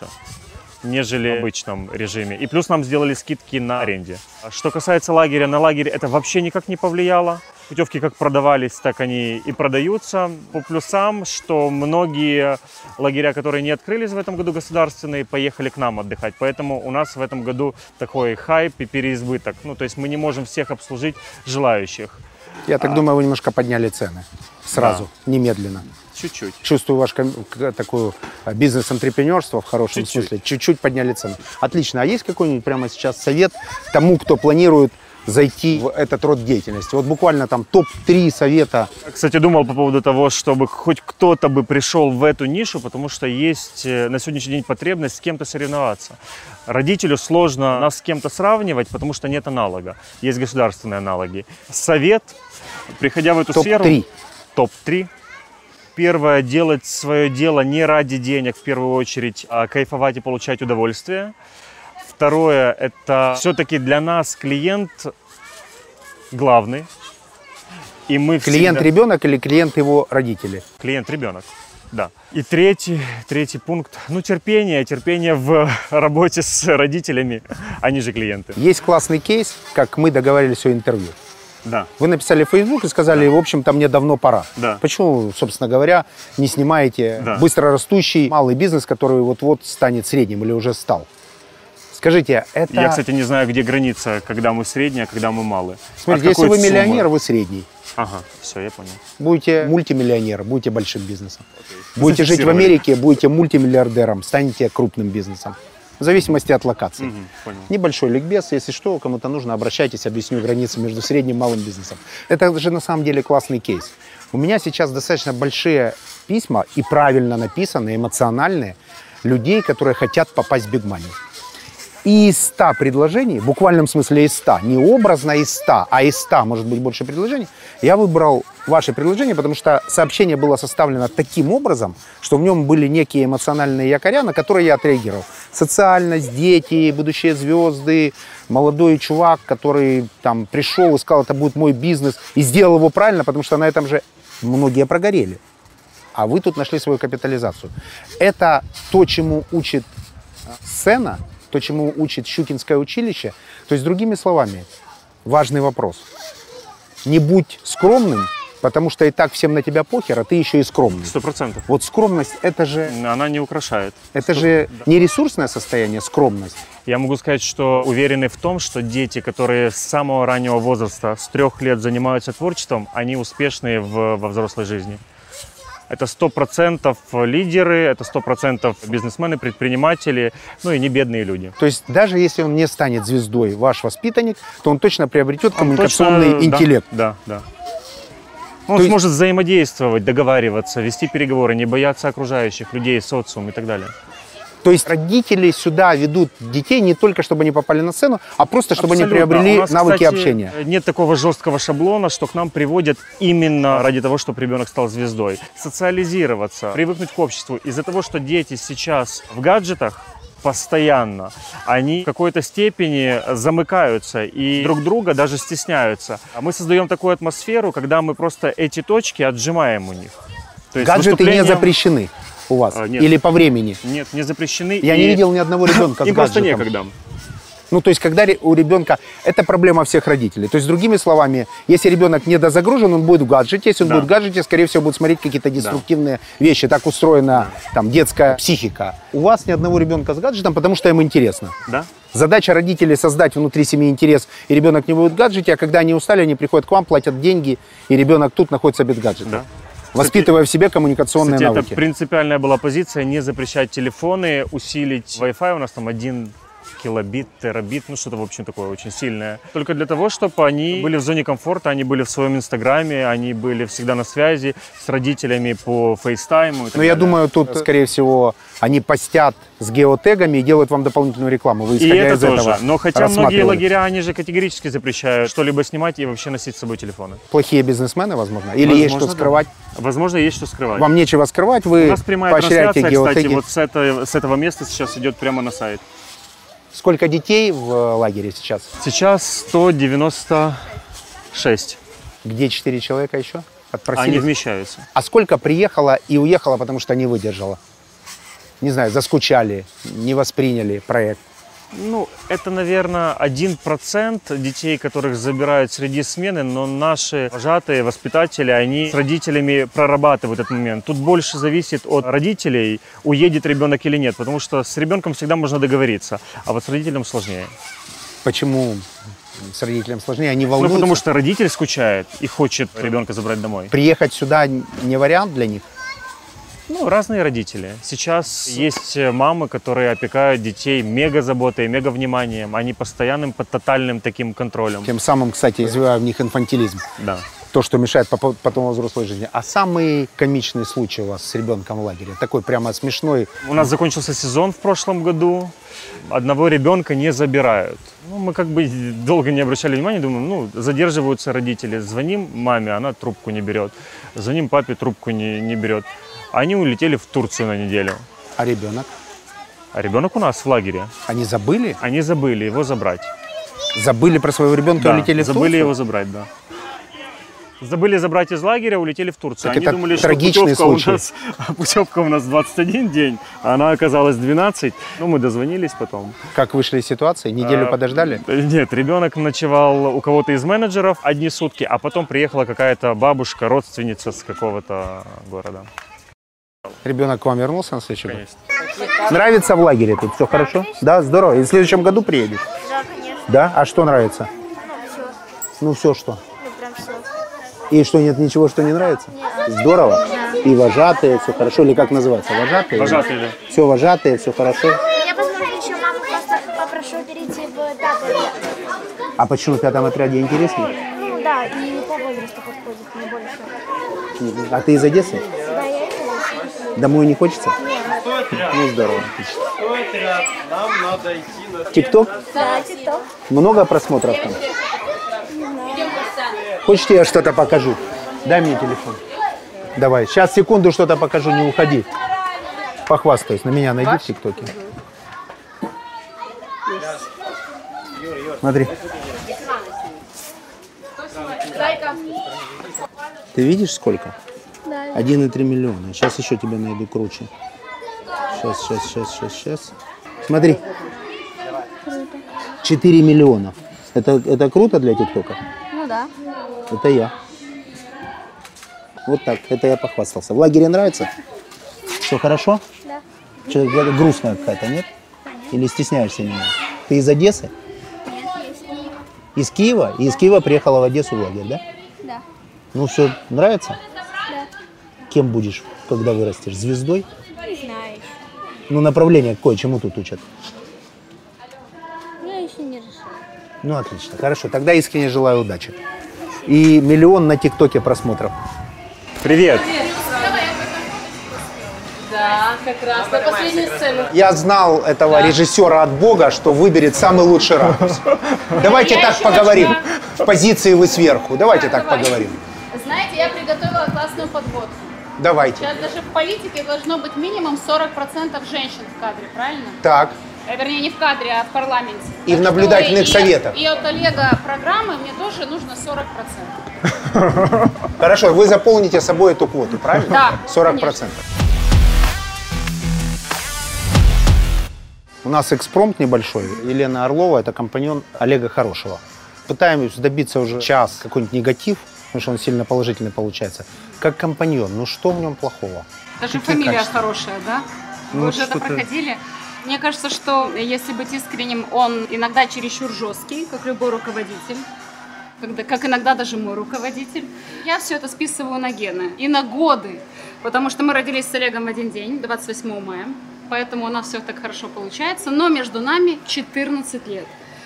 нежели в обычном режиме. И плюс нам сделали скидки на аренде. Что касается лагеря, на лагерь это вообще никак не повлияло. Путевки как продавались, так они и продаются. По плюсам, что многие лагеря, которые не открылись в этом году государственные, поехали к нам отдыхать. Поэтому у нас в этом году такой хайп и переизбыток. То есть мы не можем всех обслужить желающих. Я так думаю, вы немножко подняли цены сразу, немедленно. Чуть-чуть. Чувствую ваш такое бизнес-антрепренерство в хорошем смысле. Чуть-чуть подняли цены. Отлично. А есть какой-нибудь прямо сейчас совет тому, кто планирует зайти в этот род деятельности? Вот буквально там топ-3 совета. Кстати, думал по поводу того, чтобы хоть кто-то бы пришел в эту нишу, потому что есть на сегодняшний день потребность с кем-то соревноваться. Родителю сложно нас с кем-то сравнивать, потому что нет аналога. Есть государственные аналоги. Совет, приходя в эту сферу... Топ-3. Первое, делать свое дело не ради денег, в первую очередь, а кайфовать и получать удовольствие. Второе, это все-таки для нас клиент главный. И мы клиент ребенок или клиент его родители? Клиент ребенок, да. И третий пункт, терпение в работе с родителями, они же клиенты. Есть классный кейс, как мы договорились о интервью. Да. Вы написали в Facebook и сказали, в общем-то, мне давно пора. Да. Почему, собственно говоря, не снимаете быстрорастущий малый бизнес, который вот-вот станет средним или уже стал Скажите, это... Я, кстати, не знаю, где граница, когда мы средние, а когда мы малые. Смотрите, если вы миллионер, вы средний. Ага, все, я понял. Будете мультимиллионером, будете большим бизнесом. Будете жить в Америке, будете мультимиллиардером, станете крупным бизнесом. В зависимости от локации. Понял. Небольшой ликбез, если что, кому-то нужно, обращайтесь, объясню границы между средним и малым бизнесом. Это же на самом деле классный кейс. У меня сейчас достаточно большие письма и правильно написанные, эмоциональные, людей, которые хотят попасть в Big Money. И из 100 предложений, в буквальном смысле из 100, не образно из 100, а из 100, может быть, больше предложений, я выбрал ваше предложение, потому что сообщение было составлено таким образом, что в нем были некие эмоциональные якоря, на которые я отреагировал. Социальность, дети, будущие звезды, молодой чувак, который там пришел и сказал, это будет мой бизнес, и сделал его правильно, потому что на этом же многие прогорели. А вы тут нашли свою капитализацию. Это то, чему учит сцена, то, чему учит Щукинское училище. То есть, другими словами, важный вопрос. Не будь скромным, потому что и так всем на тебя похер, а ты еще и скромный. 100%. Вот скромность, это же... Она не украшает. Это же не ресурсное состояние, скромность. Я могу сказать, что уверены в том, что дети, которые с самого раннего возраста, с 3 лет занимаются творчеством, они успешные во взрослой жизни. Это 100% лидеры, это 100% бизнесмены, предприниматели, ну и не бедные люди. То есть даже если он не станет звездой, ваш воспитанник, то он точно приобретет коммуникационный интеллект. Да. Он сможет взаимодействовать, договариваться, вести переговоры, не бояться окружающих людей, социума и так далее. То есть родители сюда ведут детей не только, чтобы они попали на сцену, а просто, чтобы они приобрели навыки общения. Нет такого жесткого шаблона, что к нам приводят именно ради того, чтобы ребенок стал звездой. Социализироваться, привыкнуть к обществу. Из-за того, что дети сейчас в гаджетах постоянно, они в какой-то степени замыкаются и друг друга даже стесняются. А мы создаем такую атмосферу, когда мы просто эти точки отжимаем у них. То есть гаджеты не запрещены у вас? Нет. Или по времени? Нет, не запрещены. Я не видел ни одного ребенка с гаджетом. Им просто некогда. Ну, то есть, когда у ребенка... Это проблема всех родителей. То есть, другими словами, если ребенок недозагружен, он будет в гаджете. Если он будет в гаджете, скорее всего, будет смотреть какие-то деструктивные вещи. Так устроена там детская психика. У вас ни одного ребенка с гаджетом, потому что им интересно. Да. Задача родителей создать внутри семьи интерес, и ребенок не будет в гаджете, а когда они устали, они приходят к вам, платят деньги, и ребенок тут находится без гаджета. Да. Воспитывая в себе коммуникационные навыки. Это принципиальная была позиция, не запрещать телефоны, усилить Wi-Fi. У нас там 1 килобит, терабит, ну что-то, в общем, такое очень сильное. Только для того, чтобы они были в зоне комфорта, они были в своем инстаграме, они были всегда на связи с родителями по фейстайму. Но я думаю, тут, скорее всего, они постят с геотегами и делают вам дополнительную рекламу. Вы, исходя и это из тоже. этого, но хотя многие лагеря, они же категорически запрещают что-либо снимать и вообще носить с собой телефоны. Плохие бизнесмены, возможно? Или есть что скрывать? Да. Возможно, есть что скрывать. Вам нечего скрывать, вы У нас прямая поощряете геотеги. Кстати, вот с этого места сейчас идет прямо на сайт. Сколько детей в лагере сейчас? Сейчас 196. Где 4 человека еще? Отпросились? Они вмещаются. А сколько приехало и уехало, потому что не выдержало? Не знаю, заскучали, не восприняли проект. Ну, это, наверное, 1% детей, которых забирают среди смены, но наши вожатые, воспитатели, они с родителями прорабатывают этот момент. Тут больше зависит от родителей, уедет ребенок или нет, потому что с ребенком всегда можно договориться, а вот с родителем сложнее. Почему с родителем сложнее? Они волнуются? Ну, потому что родитель скучает и хочет ребенка забрать домой. Приехать сюда не вариант для них? Ну, разные родители. Сейчас есть мамы, которые опекают детей мега заботой, мега вниманием. Они постоянным, под тотальным таким контролем. Тем самым, кстати, развивая в них инфантилизм. Да. То, что мешает потом во взрослой жизни. А самый комичный случай у вас с ребенком в лагере? Такой прямо смешной. У нас закончился сезон в прошлом году. Одного ребенка не забирают. Ну, мы как бы долго не обращали внимания, думаем, ну, задерживаются родители. Звоним маме, она трубку не берет. Звоним папе, трубку не берет. Они улетели в Турцию на неделю. А ребенок? А ребенок у нас в лагере. Они забыли? Они забыли его забрать. Забыли про своего ребенка, да, улетели в Турцию? Забыли его забрать, да. Забыли забрать из лагеря, улетели в Турцию. Так они это думали, что путевка у нас 21 день, а она оказалась 12. Ну, мы дозвонились потом. Как вышли из ситуации? Неделю подождали? Нет, ребенок ночевал у кого-то из менеджеров одни сутки, а потом приехала какая-то бабушка, родственница с какого-то города. Ребенок к вам вернулся на следующий год? Конечно. Нравится в лагере тут? Все хорошо? Да, здорово. И в следующем году приедешь? Да, конечно. Да? А что нравится? Все. Ну, все что? Ну, прям все. И что, нет ничего, что не нравится? Здорово? И вожатые, все хорошо? Или как называется? Вожатые? Вожатые, да. Все вожатые, все хорошо? Я, возможно, еще маму просто попрошу перейти в пятый отряд. А почему в пятом отряде интереснее? Ну да, и по возрасту подходит мне больше. А ты из Одессы? Да, я это слышу. Домой не хочется? Ну, здорово. ТикТок? Да, тикток. Много просмотров там? Хочешь, я что-то покажу? Дай мне телефон. Давай. Сейчас, секунду, что-то покажу, не уходи. Похвастаюсь. На меня найди в ТикТоке. Смотри. Ты видишь сколько? Да. 1,3 миллиона. Сейчас еще тебя найду круче. Сейчас. Смотри. 4 миллиона. Это круто для ТикТока? Ну да. Это я. Вот так. Это я похвастался. В лагере нравится? Все хорошо? Да. Что, грустная какая-то, нет? Или стесняешься немного? Ты из Одессы? Нет, есть. Из Киева? И из Киева приехала в Одессу в лагерь, да? Да. Ну все, нравится? Да. Кем будешь, когда вырастешь? Звездой? Не знаю. Ну, направление какое, чему тут учат? Я еще не решила. Ну, отлично. Хорошо, тогда искренне желаю удачи. И 1 миллион на ТикТоке просмотров. Привет. Да, как раз на последнюю сцену. Я знал этого режиссера от Бога, что выберет самый лучший ракурс. Давайте так поговорим. В позиции вы сверху. Давайте так поговорим. Знаете, я приготовила классную подводку. Давайте. Сейчас даже в политике должно быть минимум 40% женщин в кадре, правильно? Так. Вернее, не в кадре, а в парламенте. И в Так наблюдательных что советах. И от Олега программы мне тоже нужно 40%. Хорошо, вы заполните собой эту квоту, правильно? Да, 40%. конечно. У нас экспромт небольшой. Елена Орлова – это компаньон Олега Хорошего. Пытаемся добиться уже час какой-нибудь негатив, потому что он сильно положительный получается. Как компаньон, ну что в нем плохого? Даже Какие фамилия качества? хорошая, да? Ну, Вы уже это что-то- проходили. Мне кажется, что если быть искренним, он иногда чересчур жесткий, как любой руководитель. Как иногда даже мой руководитель. Я все это списываю на гены и на годы. Потому что мы родились с Олегом в один день, 28 мая. Поэтому у нас все так хорошо получается. Но между нами 14 лет.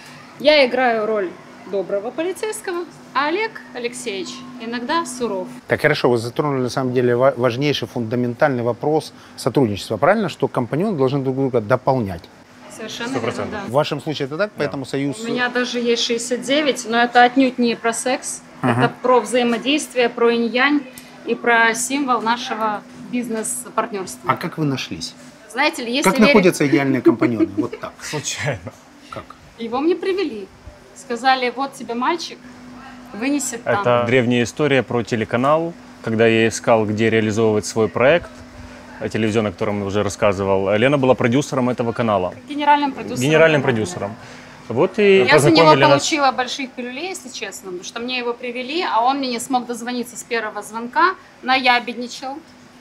Я играю роль доброго полицейского, а Олег Алексеевич иногда суров. Так хорошо, вы затронули на самом деле важнейший фундаментальный вопрос сотрудничества. Правильно, что компаньоны должны друг друга дополнять? Совершенно верно, да. В вашем случае это так, поэтому союз... У меня даже есть 69, но это отнюдь не про секс. Это про взаимодействие, про инь-янь и про символ нашего бизнес-партнерства. А как вы нашлись? Знаете ли, если Как верить, находятся идеальные компаньоны? Вот так. Случайно. Как? его мне привели. Сказали, вот тебе мальчик, вынесет там. Это древняя история про телеканал, когда я искал, где реализовывать свой проект, телевизионный, о котором я уже рассказывал. Лена была продюсером этого канала, Генеральным продюсером. генеральным продюсером. Вот и Я за него познакомили нас. получила больших пилюлей, если честно, потому что мне его привели, а он мне не смог дозвониться с первого звонка, наябедничал.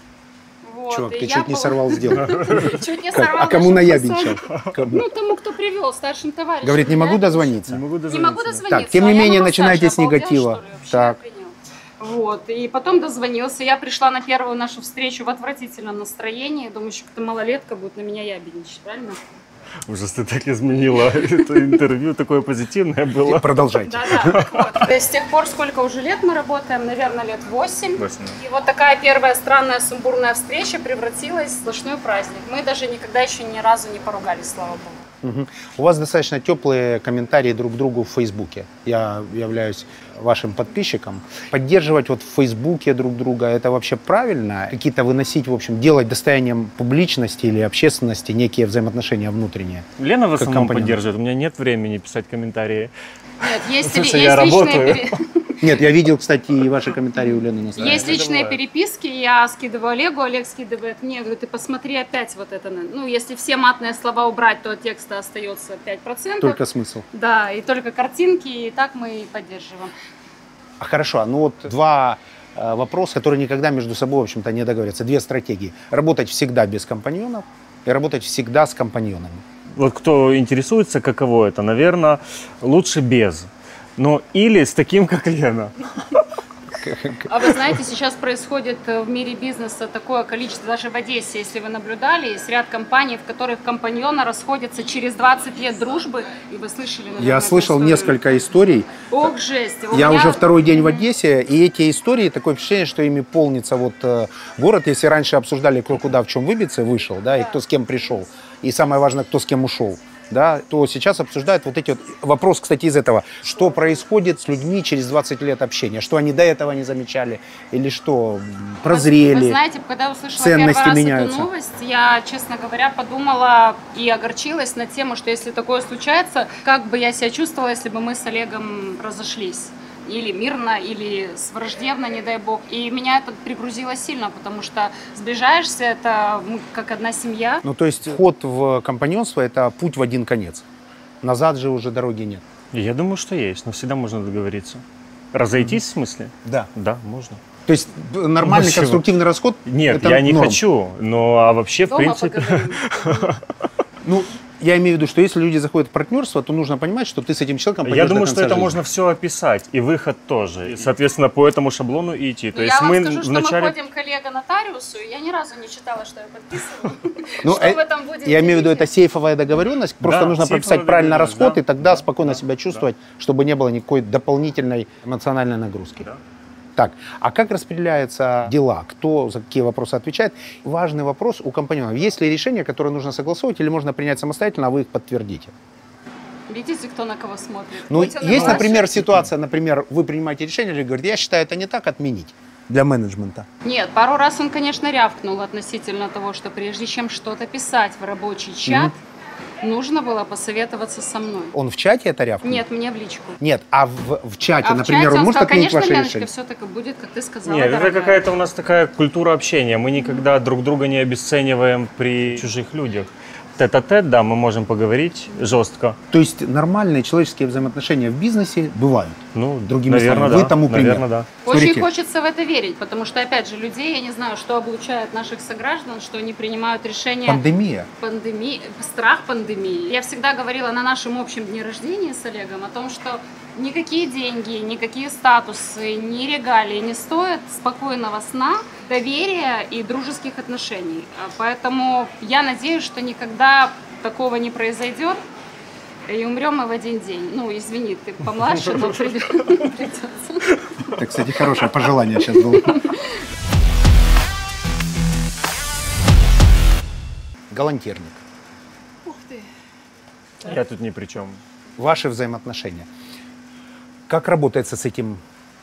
Вот, Чувак, и ты я чуть не сорвал сделку. Чуть не Как? сорвал А кому нашу наябедничал? Кому? Ну, тому, кто привел, старшим товарищем. Говорит, не могу дозвониться. Не могу Не дозвониться. могу дозвониться. Так, тем не А я менее, на массаже начинайте с обалдел, негатива. что ли, вообще Так. охренел. Вот, и потом дозвонился. Я пришла на первую нашу встречу в отвратительном настроении. Думаю, что какая-то малолетка будет на меня ябедничать, правильно? Ужас, ты так изменила это интервью, такое позитивное было. Продолжайте. Да-да, так вот. То есть с тех пор, сколько уже лет мы работаем, наверное, лет 8. 8. И вот такая первая странная сумбурная встреча превратилась в сплошной праздник. Мы даже никогда еще ни разу не поругались, слава богу. Мгм. У вас достаточно теплые комментарии друг к другу в Фейсбуке. Я являюсь вашим подписчиком. Поддерживать вот в Фейсбуке друг друга, это вообще правильно? Какие-то выносить, в общем, делать достоянием публичности или общественности некие взаимоотношения внутренние? Лена в Как основном компаньон. поддерживает. У меня нет времени писать комментарии. Нет, есть, Слушай, есть я личные работаю. Нет, я видел, кстати, и ваши комментарии у Лены на сайте. Есть личные переписки, я скидываю Олегу, Олег скидывает мне, говорю, ты посмотри опять вот это. Ну, если все матные слова убрать, то от текста остается 5%. Только смысл. Да, и только картинки, и так мы и поддерживаем. А хорошо, ну вот два вопроса, которые никогда между собой, в общем-то, не договорятся. Две стратегии. Работать всегда без компаньонов и работать всегда с компаньонами. Вот кто интересуется, каково это, наверное, лучше без. Но или с таким, как Лена. А вы знаете, сейчас происходит в мире бизнеса такое количество, даже в Одессе, если вы наблюдали, есть ряд компаний, в которых компаньоны расходятся через 20 лет дружбы, и вы слышали, наверное, Я слышал эту историю. несколько историй. Ох, жесть. Я уже второй день в Одессе, и эти истории, такое впечатление, что ими полнится город. Если раньше обсуждали, кто куда в чем выбиться, вышел, да, и кто с кем пришел, и самое важное, кто с кем ушел, да, то сейчас обсуждают вот эти вот... Вопрос, кстати, из этого. Что происходит с людьми через 20 лет общения? Что они до этого не замечали? Или что, прозрели? Вы знаете, когда я услышала ценности первый раз меняются. эту новость, я, честно говоря, подумала и огорчилась на тему, что если такое случается, как бы я себя чувствовала, если бы мы с Олегом разошлись. Или мирно, или враждебно, не дай бог. И меня это пригрузило сильно, потому что сближаешься, это мы как одна семья. Ну, то есть вход в компаньонство – это путь в один конец. Назад же уже дороги нет. Я думаю, что есть, но всегда можно договориться. Разойтись в смысле? Да. Да, можно. То есть нормальный Почему? конструктивный расход – Нет, это я не норм. хочу, но а вообще, в Дома принципе... поговорим. Ну, я имею в виду, что если люди заходят в партнерство, то нужно понимать, что ты с этим человеком пойдешь Я до думаю, конца что это жизни. можно все описать, и выход тоже. И, соответственно, по этому шаблону и идти. То Ну, есть я вам мы скажу, что вначале... мы ходим к коллега-нотариусу, и я ни разу не читала, что я подписывала. Ну, Что в этом будет? я имею в виду, это видите? сейфовая договоренность. Просто Да, нужно сейфовая прописать правильно договоренность, расход, да. и тогда Да, спокойно да, себя чувствовать, чтобы не было никакой дополнительной эмоциональной нагрузки. Да. Так, а как распределяются дела? Кто за какие вопросы отвечает? Важный вопрос у компаньонов. Есть ли решения, которые нужно согласовывать, или можно принять самостоятельно, а вы их подтвердите? Видите, кто на кого смотрит? Ну, Будь он есть, младше. например, ситуация, например, вы принимаете решение, или говорите, я считаю, это не так, отменить для менеджмента. Нет, пару раз он, конечно, рявкнул относительно того, что прежде чем что-то писать в рабочий чат, нужно было посоветоваться со мной. Он в чате это рявкнул? Нет, мне в личку. Нет, а в чате, А в например, чате он он может сказал, отменить конечно, ваше Леночка, решение? все так и будет, как ты сказала, Нет, это дорогая. какая-то у нас такая культура общения. Мы никогда друг друга не обесцениваем при чужих людях. Тет-а-тет, да, мы можем поговорить жестко. То есть нормальные человеческие взаимоотношения в бизнесе бывают? Ну, Другими наверное, словами, да. вы тому пример. Наверное, да. Очень Смотрите. хочется в это верить, потому что, опять же, людей, я не знаю, что облучает наших сограждан, что они принимают решения... Пандемия. Пандемии, страх пандемии. Я всегда говорила на нашем общем дне рождения с Олегом о том, что никакие деньги, никакие статусы, ни регалии не стоят спокойного сна, доверия и дружеских отношений. Поэтому я надеюсь, что никогда такого не произойдет. И умрем мы в один день. Ну, извини, ты помладше, но придется. Это, кстати, хорошее пожелание сейчас было. Галантерник. Ух ты. Я тут ни при чем. Ваши взаимоотношения. Как работается с этим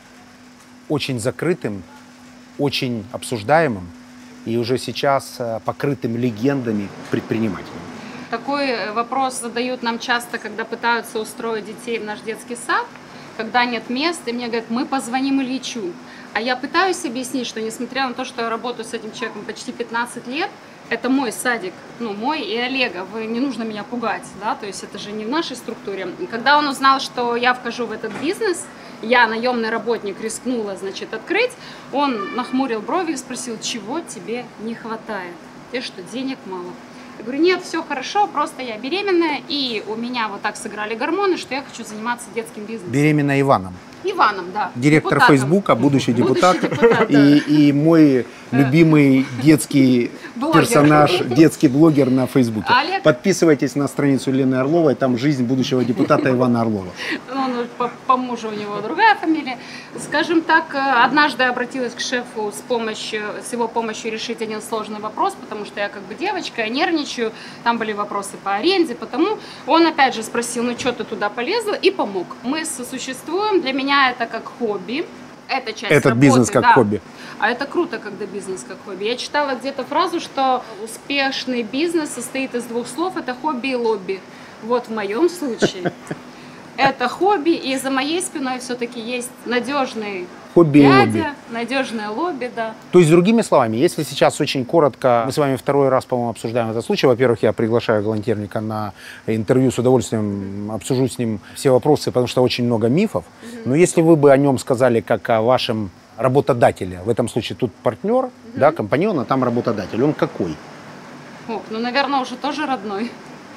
очень закрытым, очень обсуждаемым и уже сейчас покрытым легендами предпринимателем? Такой вопрос задают нам часто, когда пытаются устроить детей в наш детский сад, когда нет мест, и мне говорят, мы позвоним Ильичу. А я пытаюсь объяснить, что несмотря на то, что я работаю с этим человеком почти 15 лет, это мой садик, ну, мой и Олега, не нужно меня пугать, да, то есть это же не в нашей структуре. И когда он узнал, что я вхожу в этот бизнес, я, наемный работник, рискнула, значит, открыть, он нахмурил брови и спросил, чего тебе не хватает? Тебе что, денег мало? Я говорю, нет, все хорошо, просто я беременная, и у меня вот так сыграли гормоны, что я хочу заниматься детским бизнесом. Беременна Иваном. Иваном, да. Директор депутатом. Фейсбука, будущий депутат. депутат, да. И мой любимый детский Блогер. персонаж, детский блогер на Фейсбуке. Олег. Подписывайтесь на страницу Лены Орловой, там жизнь будущего депутата Ивана Орлова. Он по мужу у него другая фамилия. Скажем так, однажды обратилась к шефу с его помощью решить один сложный вопрос, потому что я как бы девочка, я нервничаю, там были вопросы по аренде, потому он опять же спросил, ну что ты туда полезла, и помог. Мы сосуществуем, для меня это как хобби. Это часть Этот работы, бизнес как да. хобби. А это круто, когда бизнес как хобби. Я читала где-то фразу, что успешный бизнес состоит из двух слов, это хобби и лобби. Вот в моем случае это хобби, и за моей спиной все-таки есть надежный Хобби и лобби. дядя, надежное лобби, да. То есть, другими словами, если сейчас очень коротко, мы с вами второй раз, по-моему, обсуждаем этот случай. Во-первых, я приглашаю галантерника на интервью, с удовольствием обсужу с ним все вопросы, потому что очень много мифов. Но если вы бы о нем сказали как о вашем работодателе, в этом случае тут партнер, да, компаньон, а там работодатель, он какой? Ох, ну, наверное, уже тоже родной.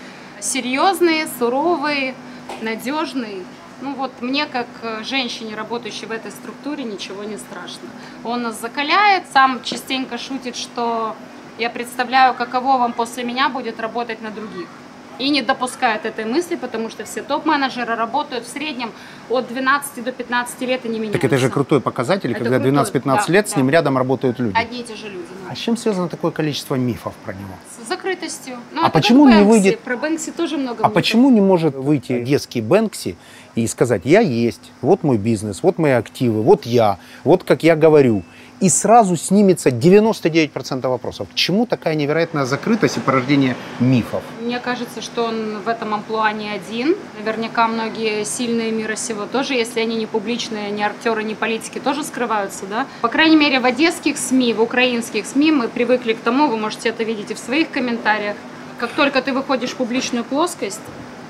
Серьезный, суровый, надежный. Ну вот мне, как женщине, работающей в этой структуре, ничего не страшно. Он нас закаляет, сам частенько шутит, что я представляю, каково вам после меня будет работать на других. И не допускает этой мысли, потому что все топ-менеджеры работают в среднем от 12 до 15 лет и не меняются. Так это же крутой показатель, Это когда крутой, 12-15 да, лет да. с ним рядом работают люди. Одни и те же люди. А с чем связано такое количество мифов про него? С закрытостью. Ну, А это почему как не Бэнкси. выйдет- Про Бэнкси тоже много А мифов. почему не может выйти детский Бэнкси и сказать: я есть, вот мой бизнес, вот мои активы, вот я, вот как я говорю. И сразу снимется 99% вопросов. К чему такая невероятная закрытость и порождение мифов? Мне кажется, что он в этом амплуа не один. Наверняка многие сильные мира сего тоже, если они не публичные, не актеры, не политики, тоже скрываются, да? По крайней мере, в одесских СМИ, в украинских СМИ мы привыкли к тому, вы можете это видеть и в своих комментариях, как только ты выходишь в публичную плоскость.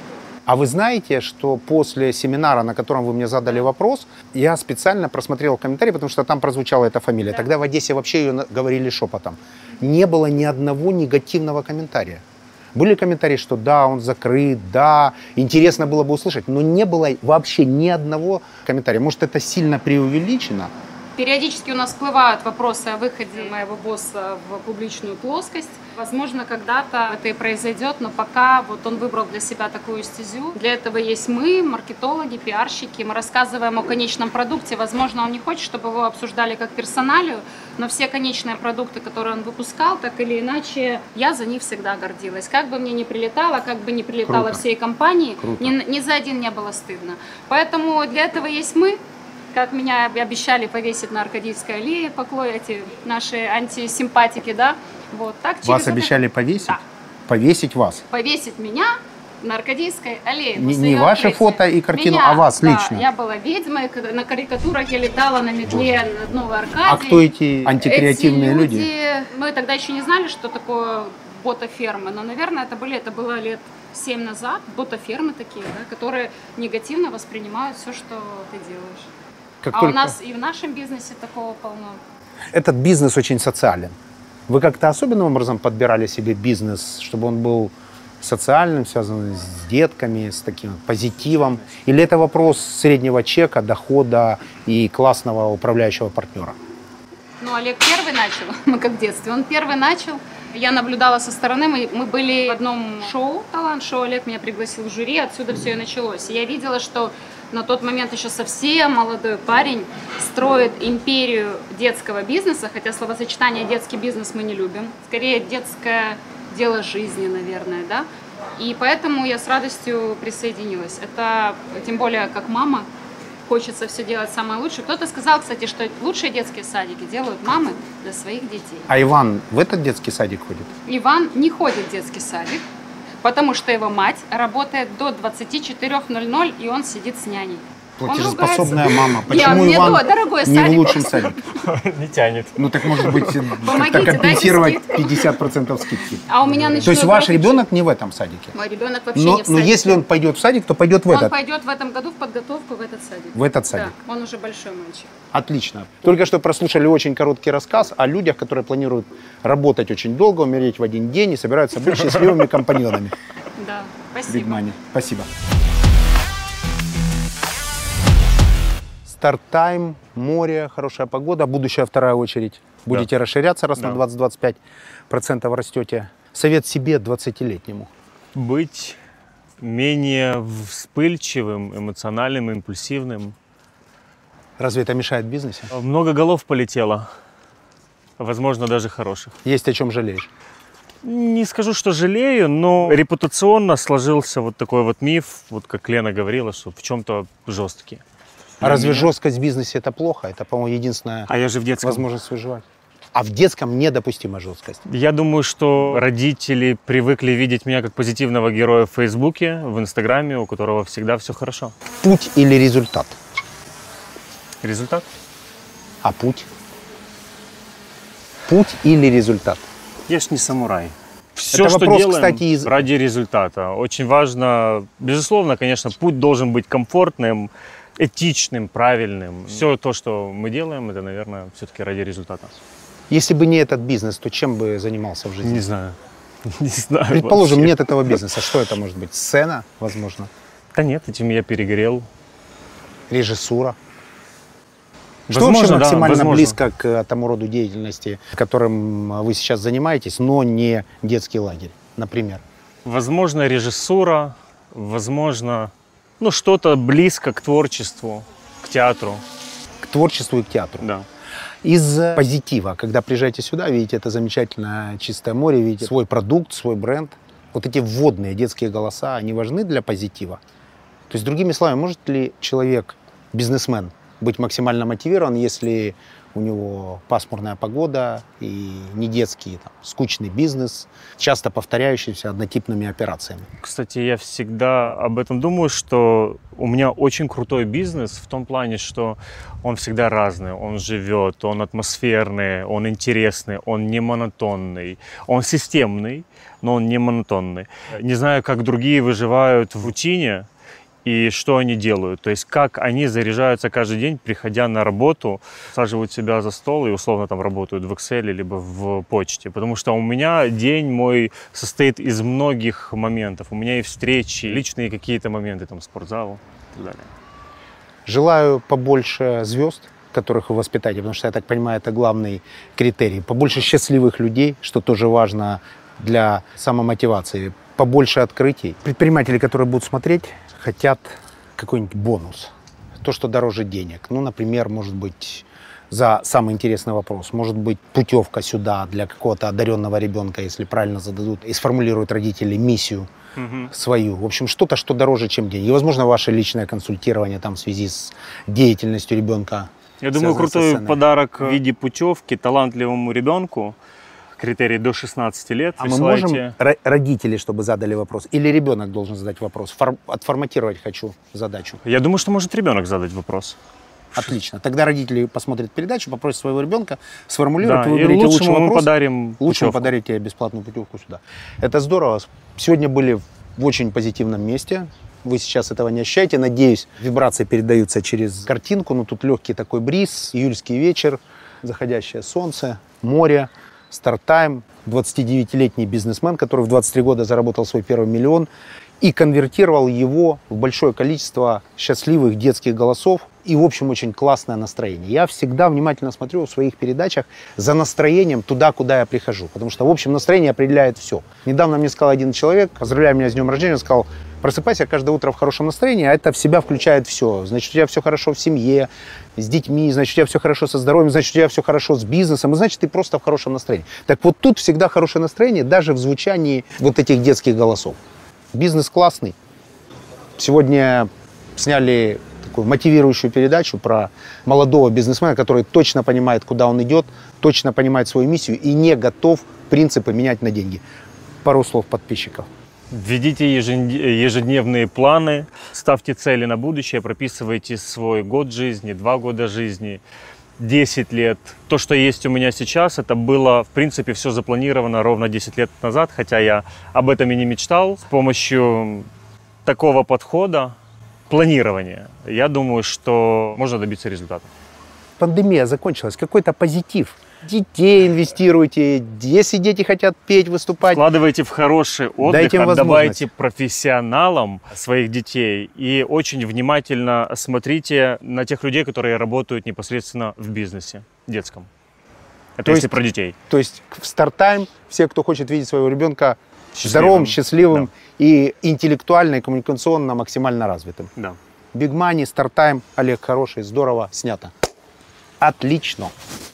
А вы знаете, что после семинара, на котором вы мне задали вопрос, я специально просмотрел комментарии, потому что там прозвучала эта фамилия. Да. Тогда в Одессе вообще ее говорили шепотом. Не было ни одного негативного комментария. Были комментарии, что да, он закрыт, да, интересно было бы услышать, но не было вообще ни одного комментария. Может, это сильно преувеличено? Периодически у нас всплывают вопросы о выходе моего босса в публичную плоскость. Возможно, когда-то это и произойдет, но пока вот он выбрал для себя такую стезю. Для этого есть мы, маркетологи, пиарщики. Мы рассказываем о конечном продукте. Возможно, он не хочет, чтобы его обсуждали как персоналию, но все конечные продукты, которые он выпускал, так или иначе, я за них всегда гордилась. Как бы мне ни прилетало, как бы ни прилетало Круто. всей компании, Круто. ни за один не было стыдно. Поэтому для этого есть мы. Как меня обещали повесить на Аркадийской аллее эти наши антисимпатики, да? Вот, так Вас через это- обещали повесить? Да. Повесить вас? Повесить меня на Аркадийской аллее. Не- после не её ваше открытия. фото и картину, Меня, а вас да, лично? Я была ведьмой, когда на карикатурах я летала на метле над Новой Аркадией. А кто эти антикреативные Эти люди? Мы тогда еще не знали, что такое ботафермы, но, наверное, это было лет 7 назад. Ботафермы такие, да, которые негативно воспринимают все, что ты делаешь. Как А только- у нас и в нашем бизнесе такого полно. Этот бизнес очень социален. Вы как-то особенным образом подбирали себе бизнес, чтобы он был социальным, связанным с детками, с таким позитивом? Или это вопрос среднего чека, дохода и классного управляющего партнера? Ну, Олег первый начал, мы как в детстве, он первый начал. Я наблюдала со стороны, мы были в одном шоу, талант-шоу, Олег меня пригласил в жюри, отсюда все и началось. И я видела, что на тот момент еще совсем молодой парень строит империю детского бизнеса, хотя словосочетание «детский бизнес» мы не любим, скорее детское дело жизни, наверное, да. И поэтому я с радостью присоединилась. Это, тем более, как мама, хочется все делать самое лучшее. Кто-то сказал, кстати, что лучшие детские садики делают мамы для своих детей. А Иван в этот детский садик ходит? Иван не ходит в детский садик, потому что его мать работает до 24:00, и он сидит с няней. Он Платежеспособная ругается. мама. Нет, Почему мне Иван дорогой не в садик. лучшем садике? Не тянет. Ну так может быть Помогите, как-то компенсировать дайте 50% скидки. А у меня начнет... То есть ваш ребенок не в этом садике? Мой ребенок вообще Но, не в но садике. если он пойдет в садик, то пойдет в Он этот. пойдет в этом году в подготовку в этот садик. В этот садик. Да, он уже большой мальчик. Отлично. Только что прослушали очень короткий рассказ о людях, которые планируют работать очень долго, умереть в один день и собираются быть счастливыми компаньонами. Да, Big спасибо. money. Спасибо. Старт-тайм, море, хорошая погода, будущая вторая очередь. Будете расширяться, раз на Да. 20-25% растете. Совет себе 20-летнему. Быть менее вспыльчивым, эмоциональным, импульсивным. Разве это мешает в бизнесе? Много голов полетело, возможно, даже хороших. Есть о чем жалеешь? Не скажу, что жалею, но репутационно сложился вот такой вот миф, вот как Лена говорила, что в чем-то жесткий. А разве жесткость в бизнесе это плохо? Это, по-моему, единственная А я же в детском. возможность выживать. А в детском недопустима жесткость. Я думаю, что родители привыкли видеть меня как позитивного героя в Фейсбуке, в Инстаграме, у которого всегда все хорошо. Путь или результат? Результат? А путь? Путь или результат? Я ж не самурай. Все, Это что вопрос, делаем, кстати, из- ради результата. Очень важно, безусловно, конечно, путь должен быть комфортным, этичным, правильным. Все то, что мы делаем, это, наверное, все-таки ради результата. Если бы не этот бизнес, то чем бы занимался в жизни? Не знаю. Не знаю. Предположим, вообще. нет этого бизнеса. Что это может быть? Сцена, возможно, Да нет, этим я перегорел. режиссура. Что Возможно, вообще да, максимально возможно. близко к тому роду деятельности, которым вы сейчас занимаетесь, но не детский лагерь, например? Возможно, режиссура, возможно, ну, что-то близко к творчеству, к театру. К творчеству и к театру. Да. Из позитива, когда приезжаете сюда, видите это замечательное чистое море, видите свой продукт, свой бренд. Вот эти вводные детские голоса, они важны для позитива. То есть, другими словами, может ли человек, бизнесмен, быть максимально мотивирован, если у него пасмурная погода и не детский, там, скучный бизнес, часто повторяющийся однотипными операциями? Кстати, я всегда об этом думаю, что у меня очень крутой бизнес в том плане, что он всегда разный, он живет, он атмосферный, он интересный, он не монотонный, он системный, но он не монотонный. Не знаю, как другие выживают в рутине и что они делают, то есть как они заряжаются каждый день, приходя на работу, саживают себя за стол и условно там работают в Excel либо в почте, потому что у меня день мой состоит из многих моментов, у меня и встречи, личные какие-то моменты, там спортзал и так далее. Желаю побольше звезд, которых вы воспитаете, потому что, я так понимаю, это главный критерий. Побольше счастливых людей, что тоже важно для самомотивации. Побольше открытий. Предприниматели, которые будут смотреть, хотят какой-нибудь бонус. То, что дороже денег. Ну, например, может быть, за самый интересный вопрос. Может быть, путевка сюда для какого-то одаренного ребенка, если правильно зададут и сформулируют родители миссию свою. В общем, что-то, что дороже, чем деньги. И, возможно, ваше личное консультирование там в связи с деятельностью ребенка. Я думаю, связанной со крутой сценой. подарок в виде путевки талантливому ребенку, критерий до 16 лет. А мы можем, родители, чтобы задали вопрос, или ребенок должен задать вопрос? Отформатировать хочу задачу. Я думаю, что может ребенок задать вопрос. Отлично. Тогда родители посмотрят передачу, попросят своего ребенка сформулировать, Да, вы и выберете лучший лучшему мы вопрос. подарим Лучшему путевку. подарите бесплатную путевку сюда. Это здорово. Сегодня были в очень позитивном месте. Вы сейчас этого не ощущаете. Надеюсь, вибрации передаются через картинку. Но тут легкий такой бриз, июльский вечер, заходящее солнце, море, старт-тайм. 29-летний бизнесмен, который в 23 года заработал свой первый миллион и конвертировал его в большое количество счастливых детских голосов и, в общем, очень классное настроение. Я всегда внимательно смотрю в своих передачах за настроением туда, куда я прихожу, потому что, в общем, настроение определяет все. Недавно мне сказал один человек, поздравляя меня с днем рождения, он сказал: просыпайся каждое утро в хорошем настроении, а это в себя включает все. Значит, у тебя все хорошо в семье, с детьми, значит, у тебя все хорошо со здоровьем, значит, у тебя все хорошо с бизнесом, и значит, ты просто в хорошем настроении. Так вот тут всегда хорошее настроение, даже в звучании вот этих детских голосов. Бизнес классный. Сегодня сняли такую мотивирующую передачу про молодого бизнесмена, который точно понимает, куда он идет, точно понимает свою миссию и не готов принципы менять на деньги. Пару слов подписчиков. Введите ежедневные планы, ставьте цели на будущее, прописывайте свой год жизни, 2 года жизни, 10 лет. То, что есть у меня сейчас, это было, в принципе, все запланировано ровно 10 лет назад, хотя я об этом и не мечтал. С помощью такого подхода, планирования, я думаю, что можно добиться результата. Пандемия закончилась, какой-то позитив. Детей инвестируйте, если дети хотят петь, выступать. Вкладывайте в хороший отдых, Дайте им отдавайте профессионалам своих детей и очень внимательно смотрите на тех людей, которые работают непосредственно в бизнесе детском. Это То если есть- про детей. То есть в старт-тайм все, кто хочет видеть своего ребенка здоровым, счастливым и интеллектуально и коммуникационно максимально развитым. Да. Big Money, старт-тайм, Олег хороший, здорово снято. Отлично.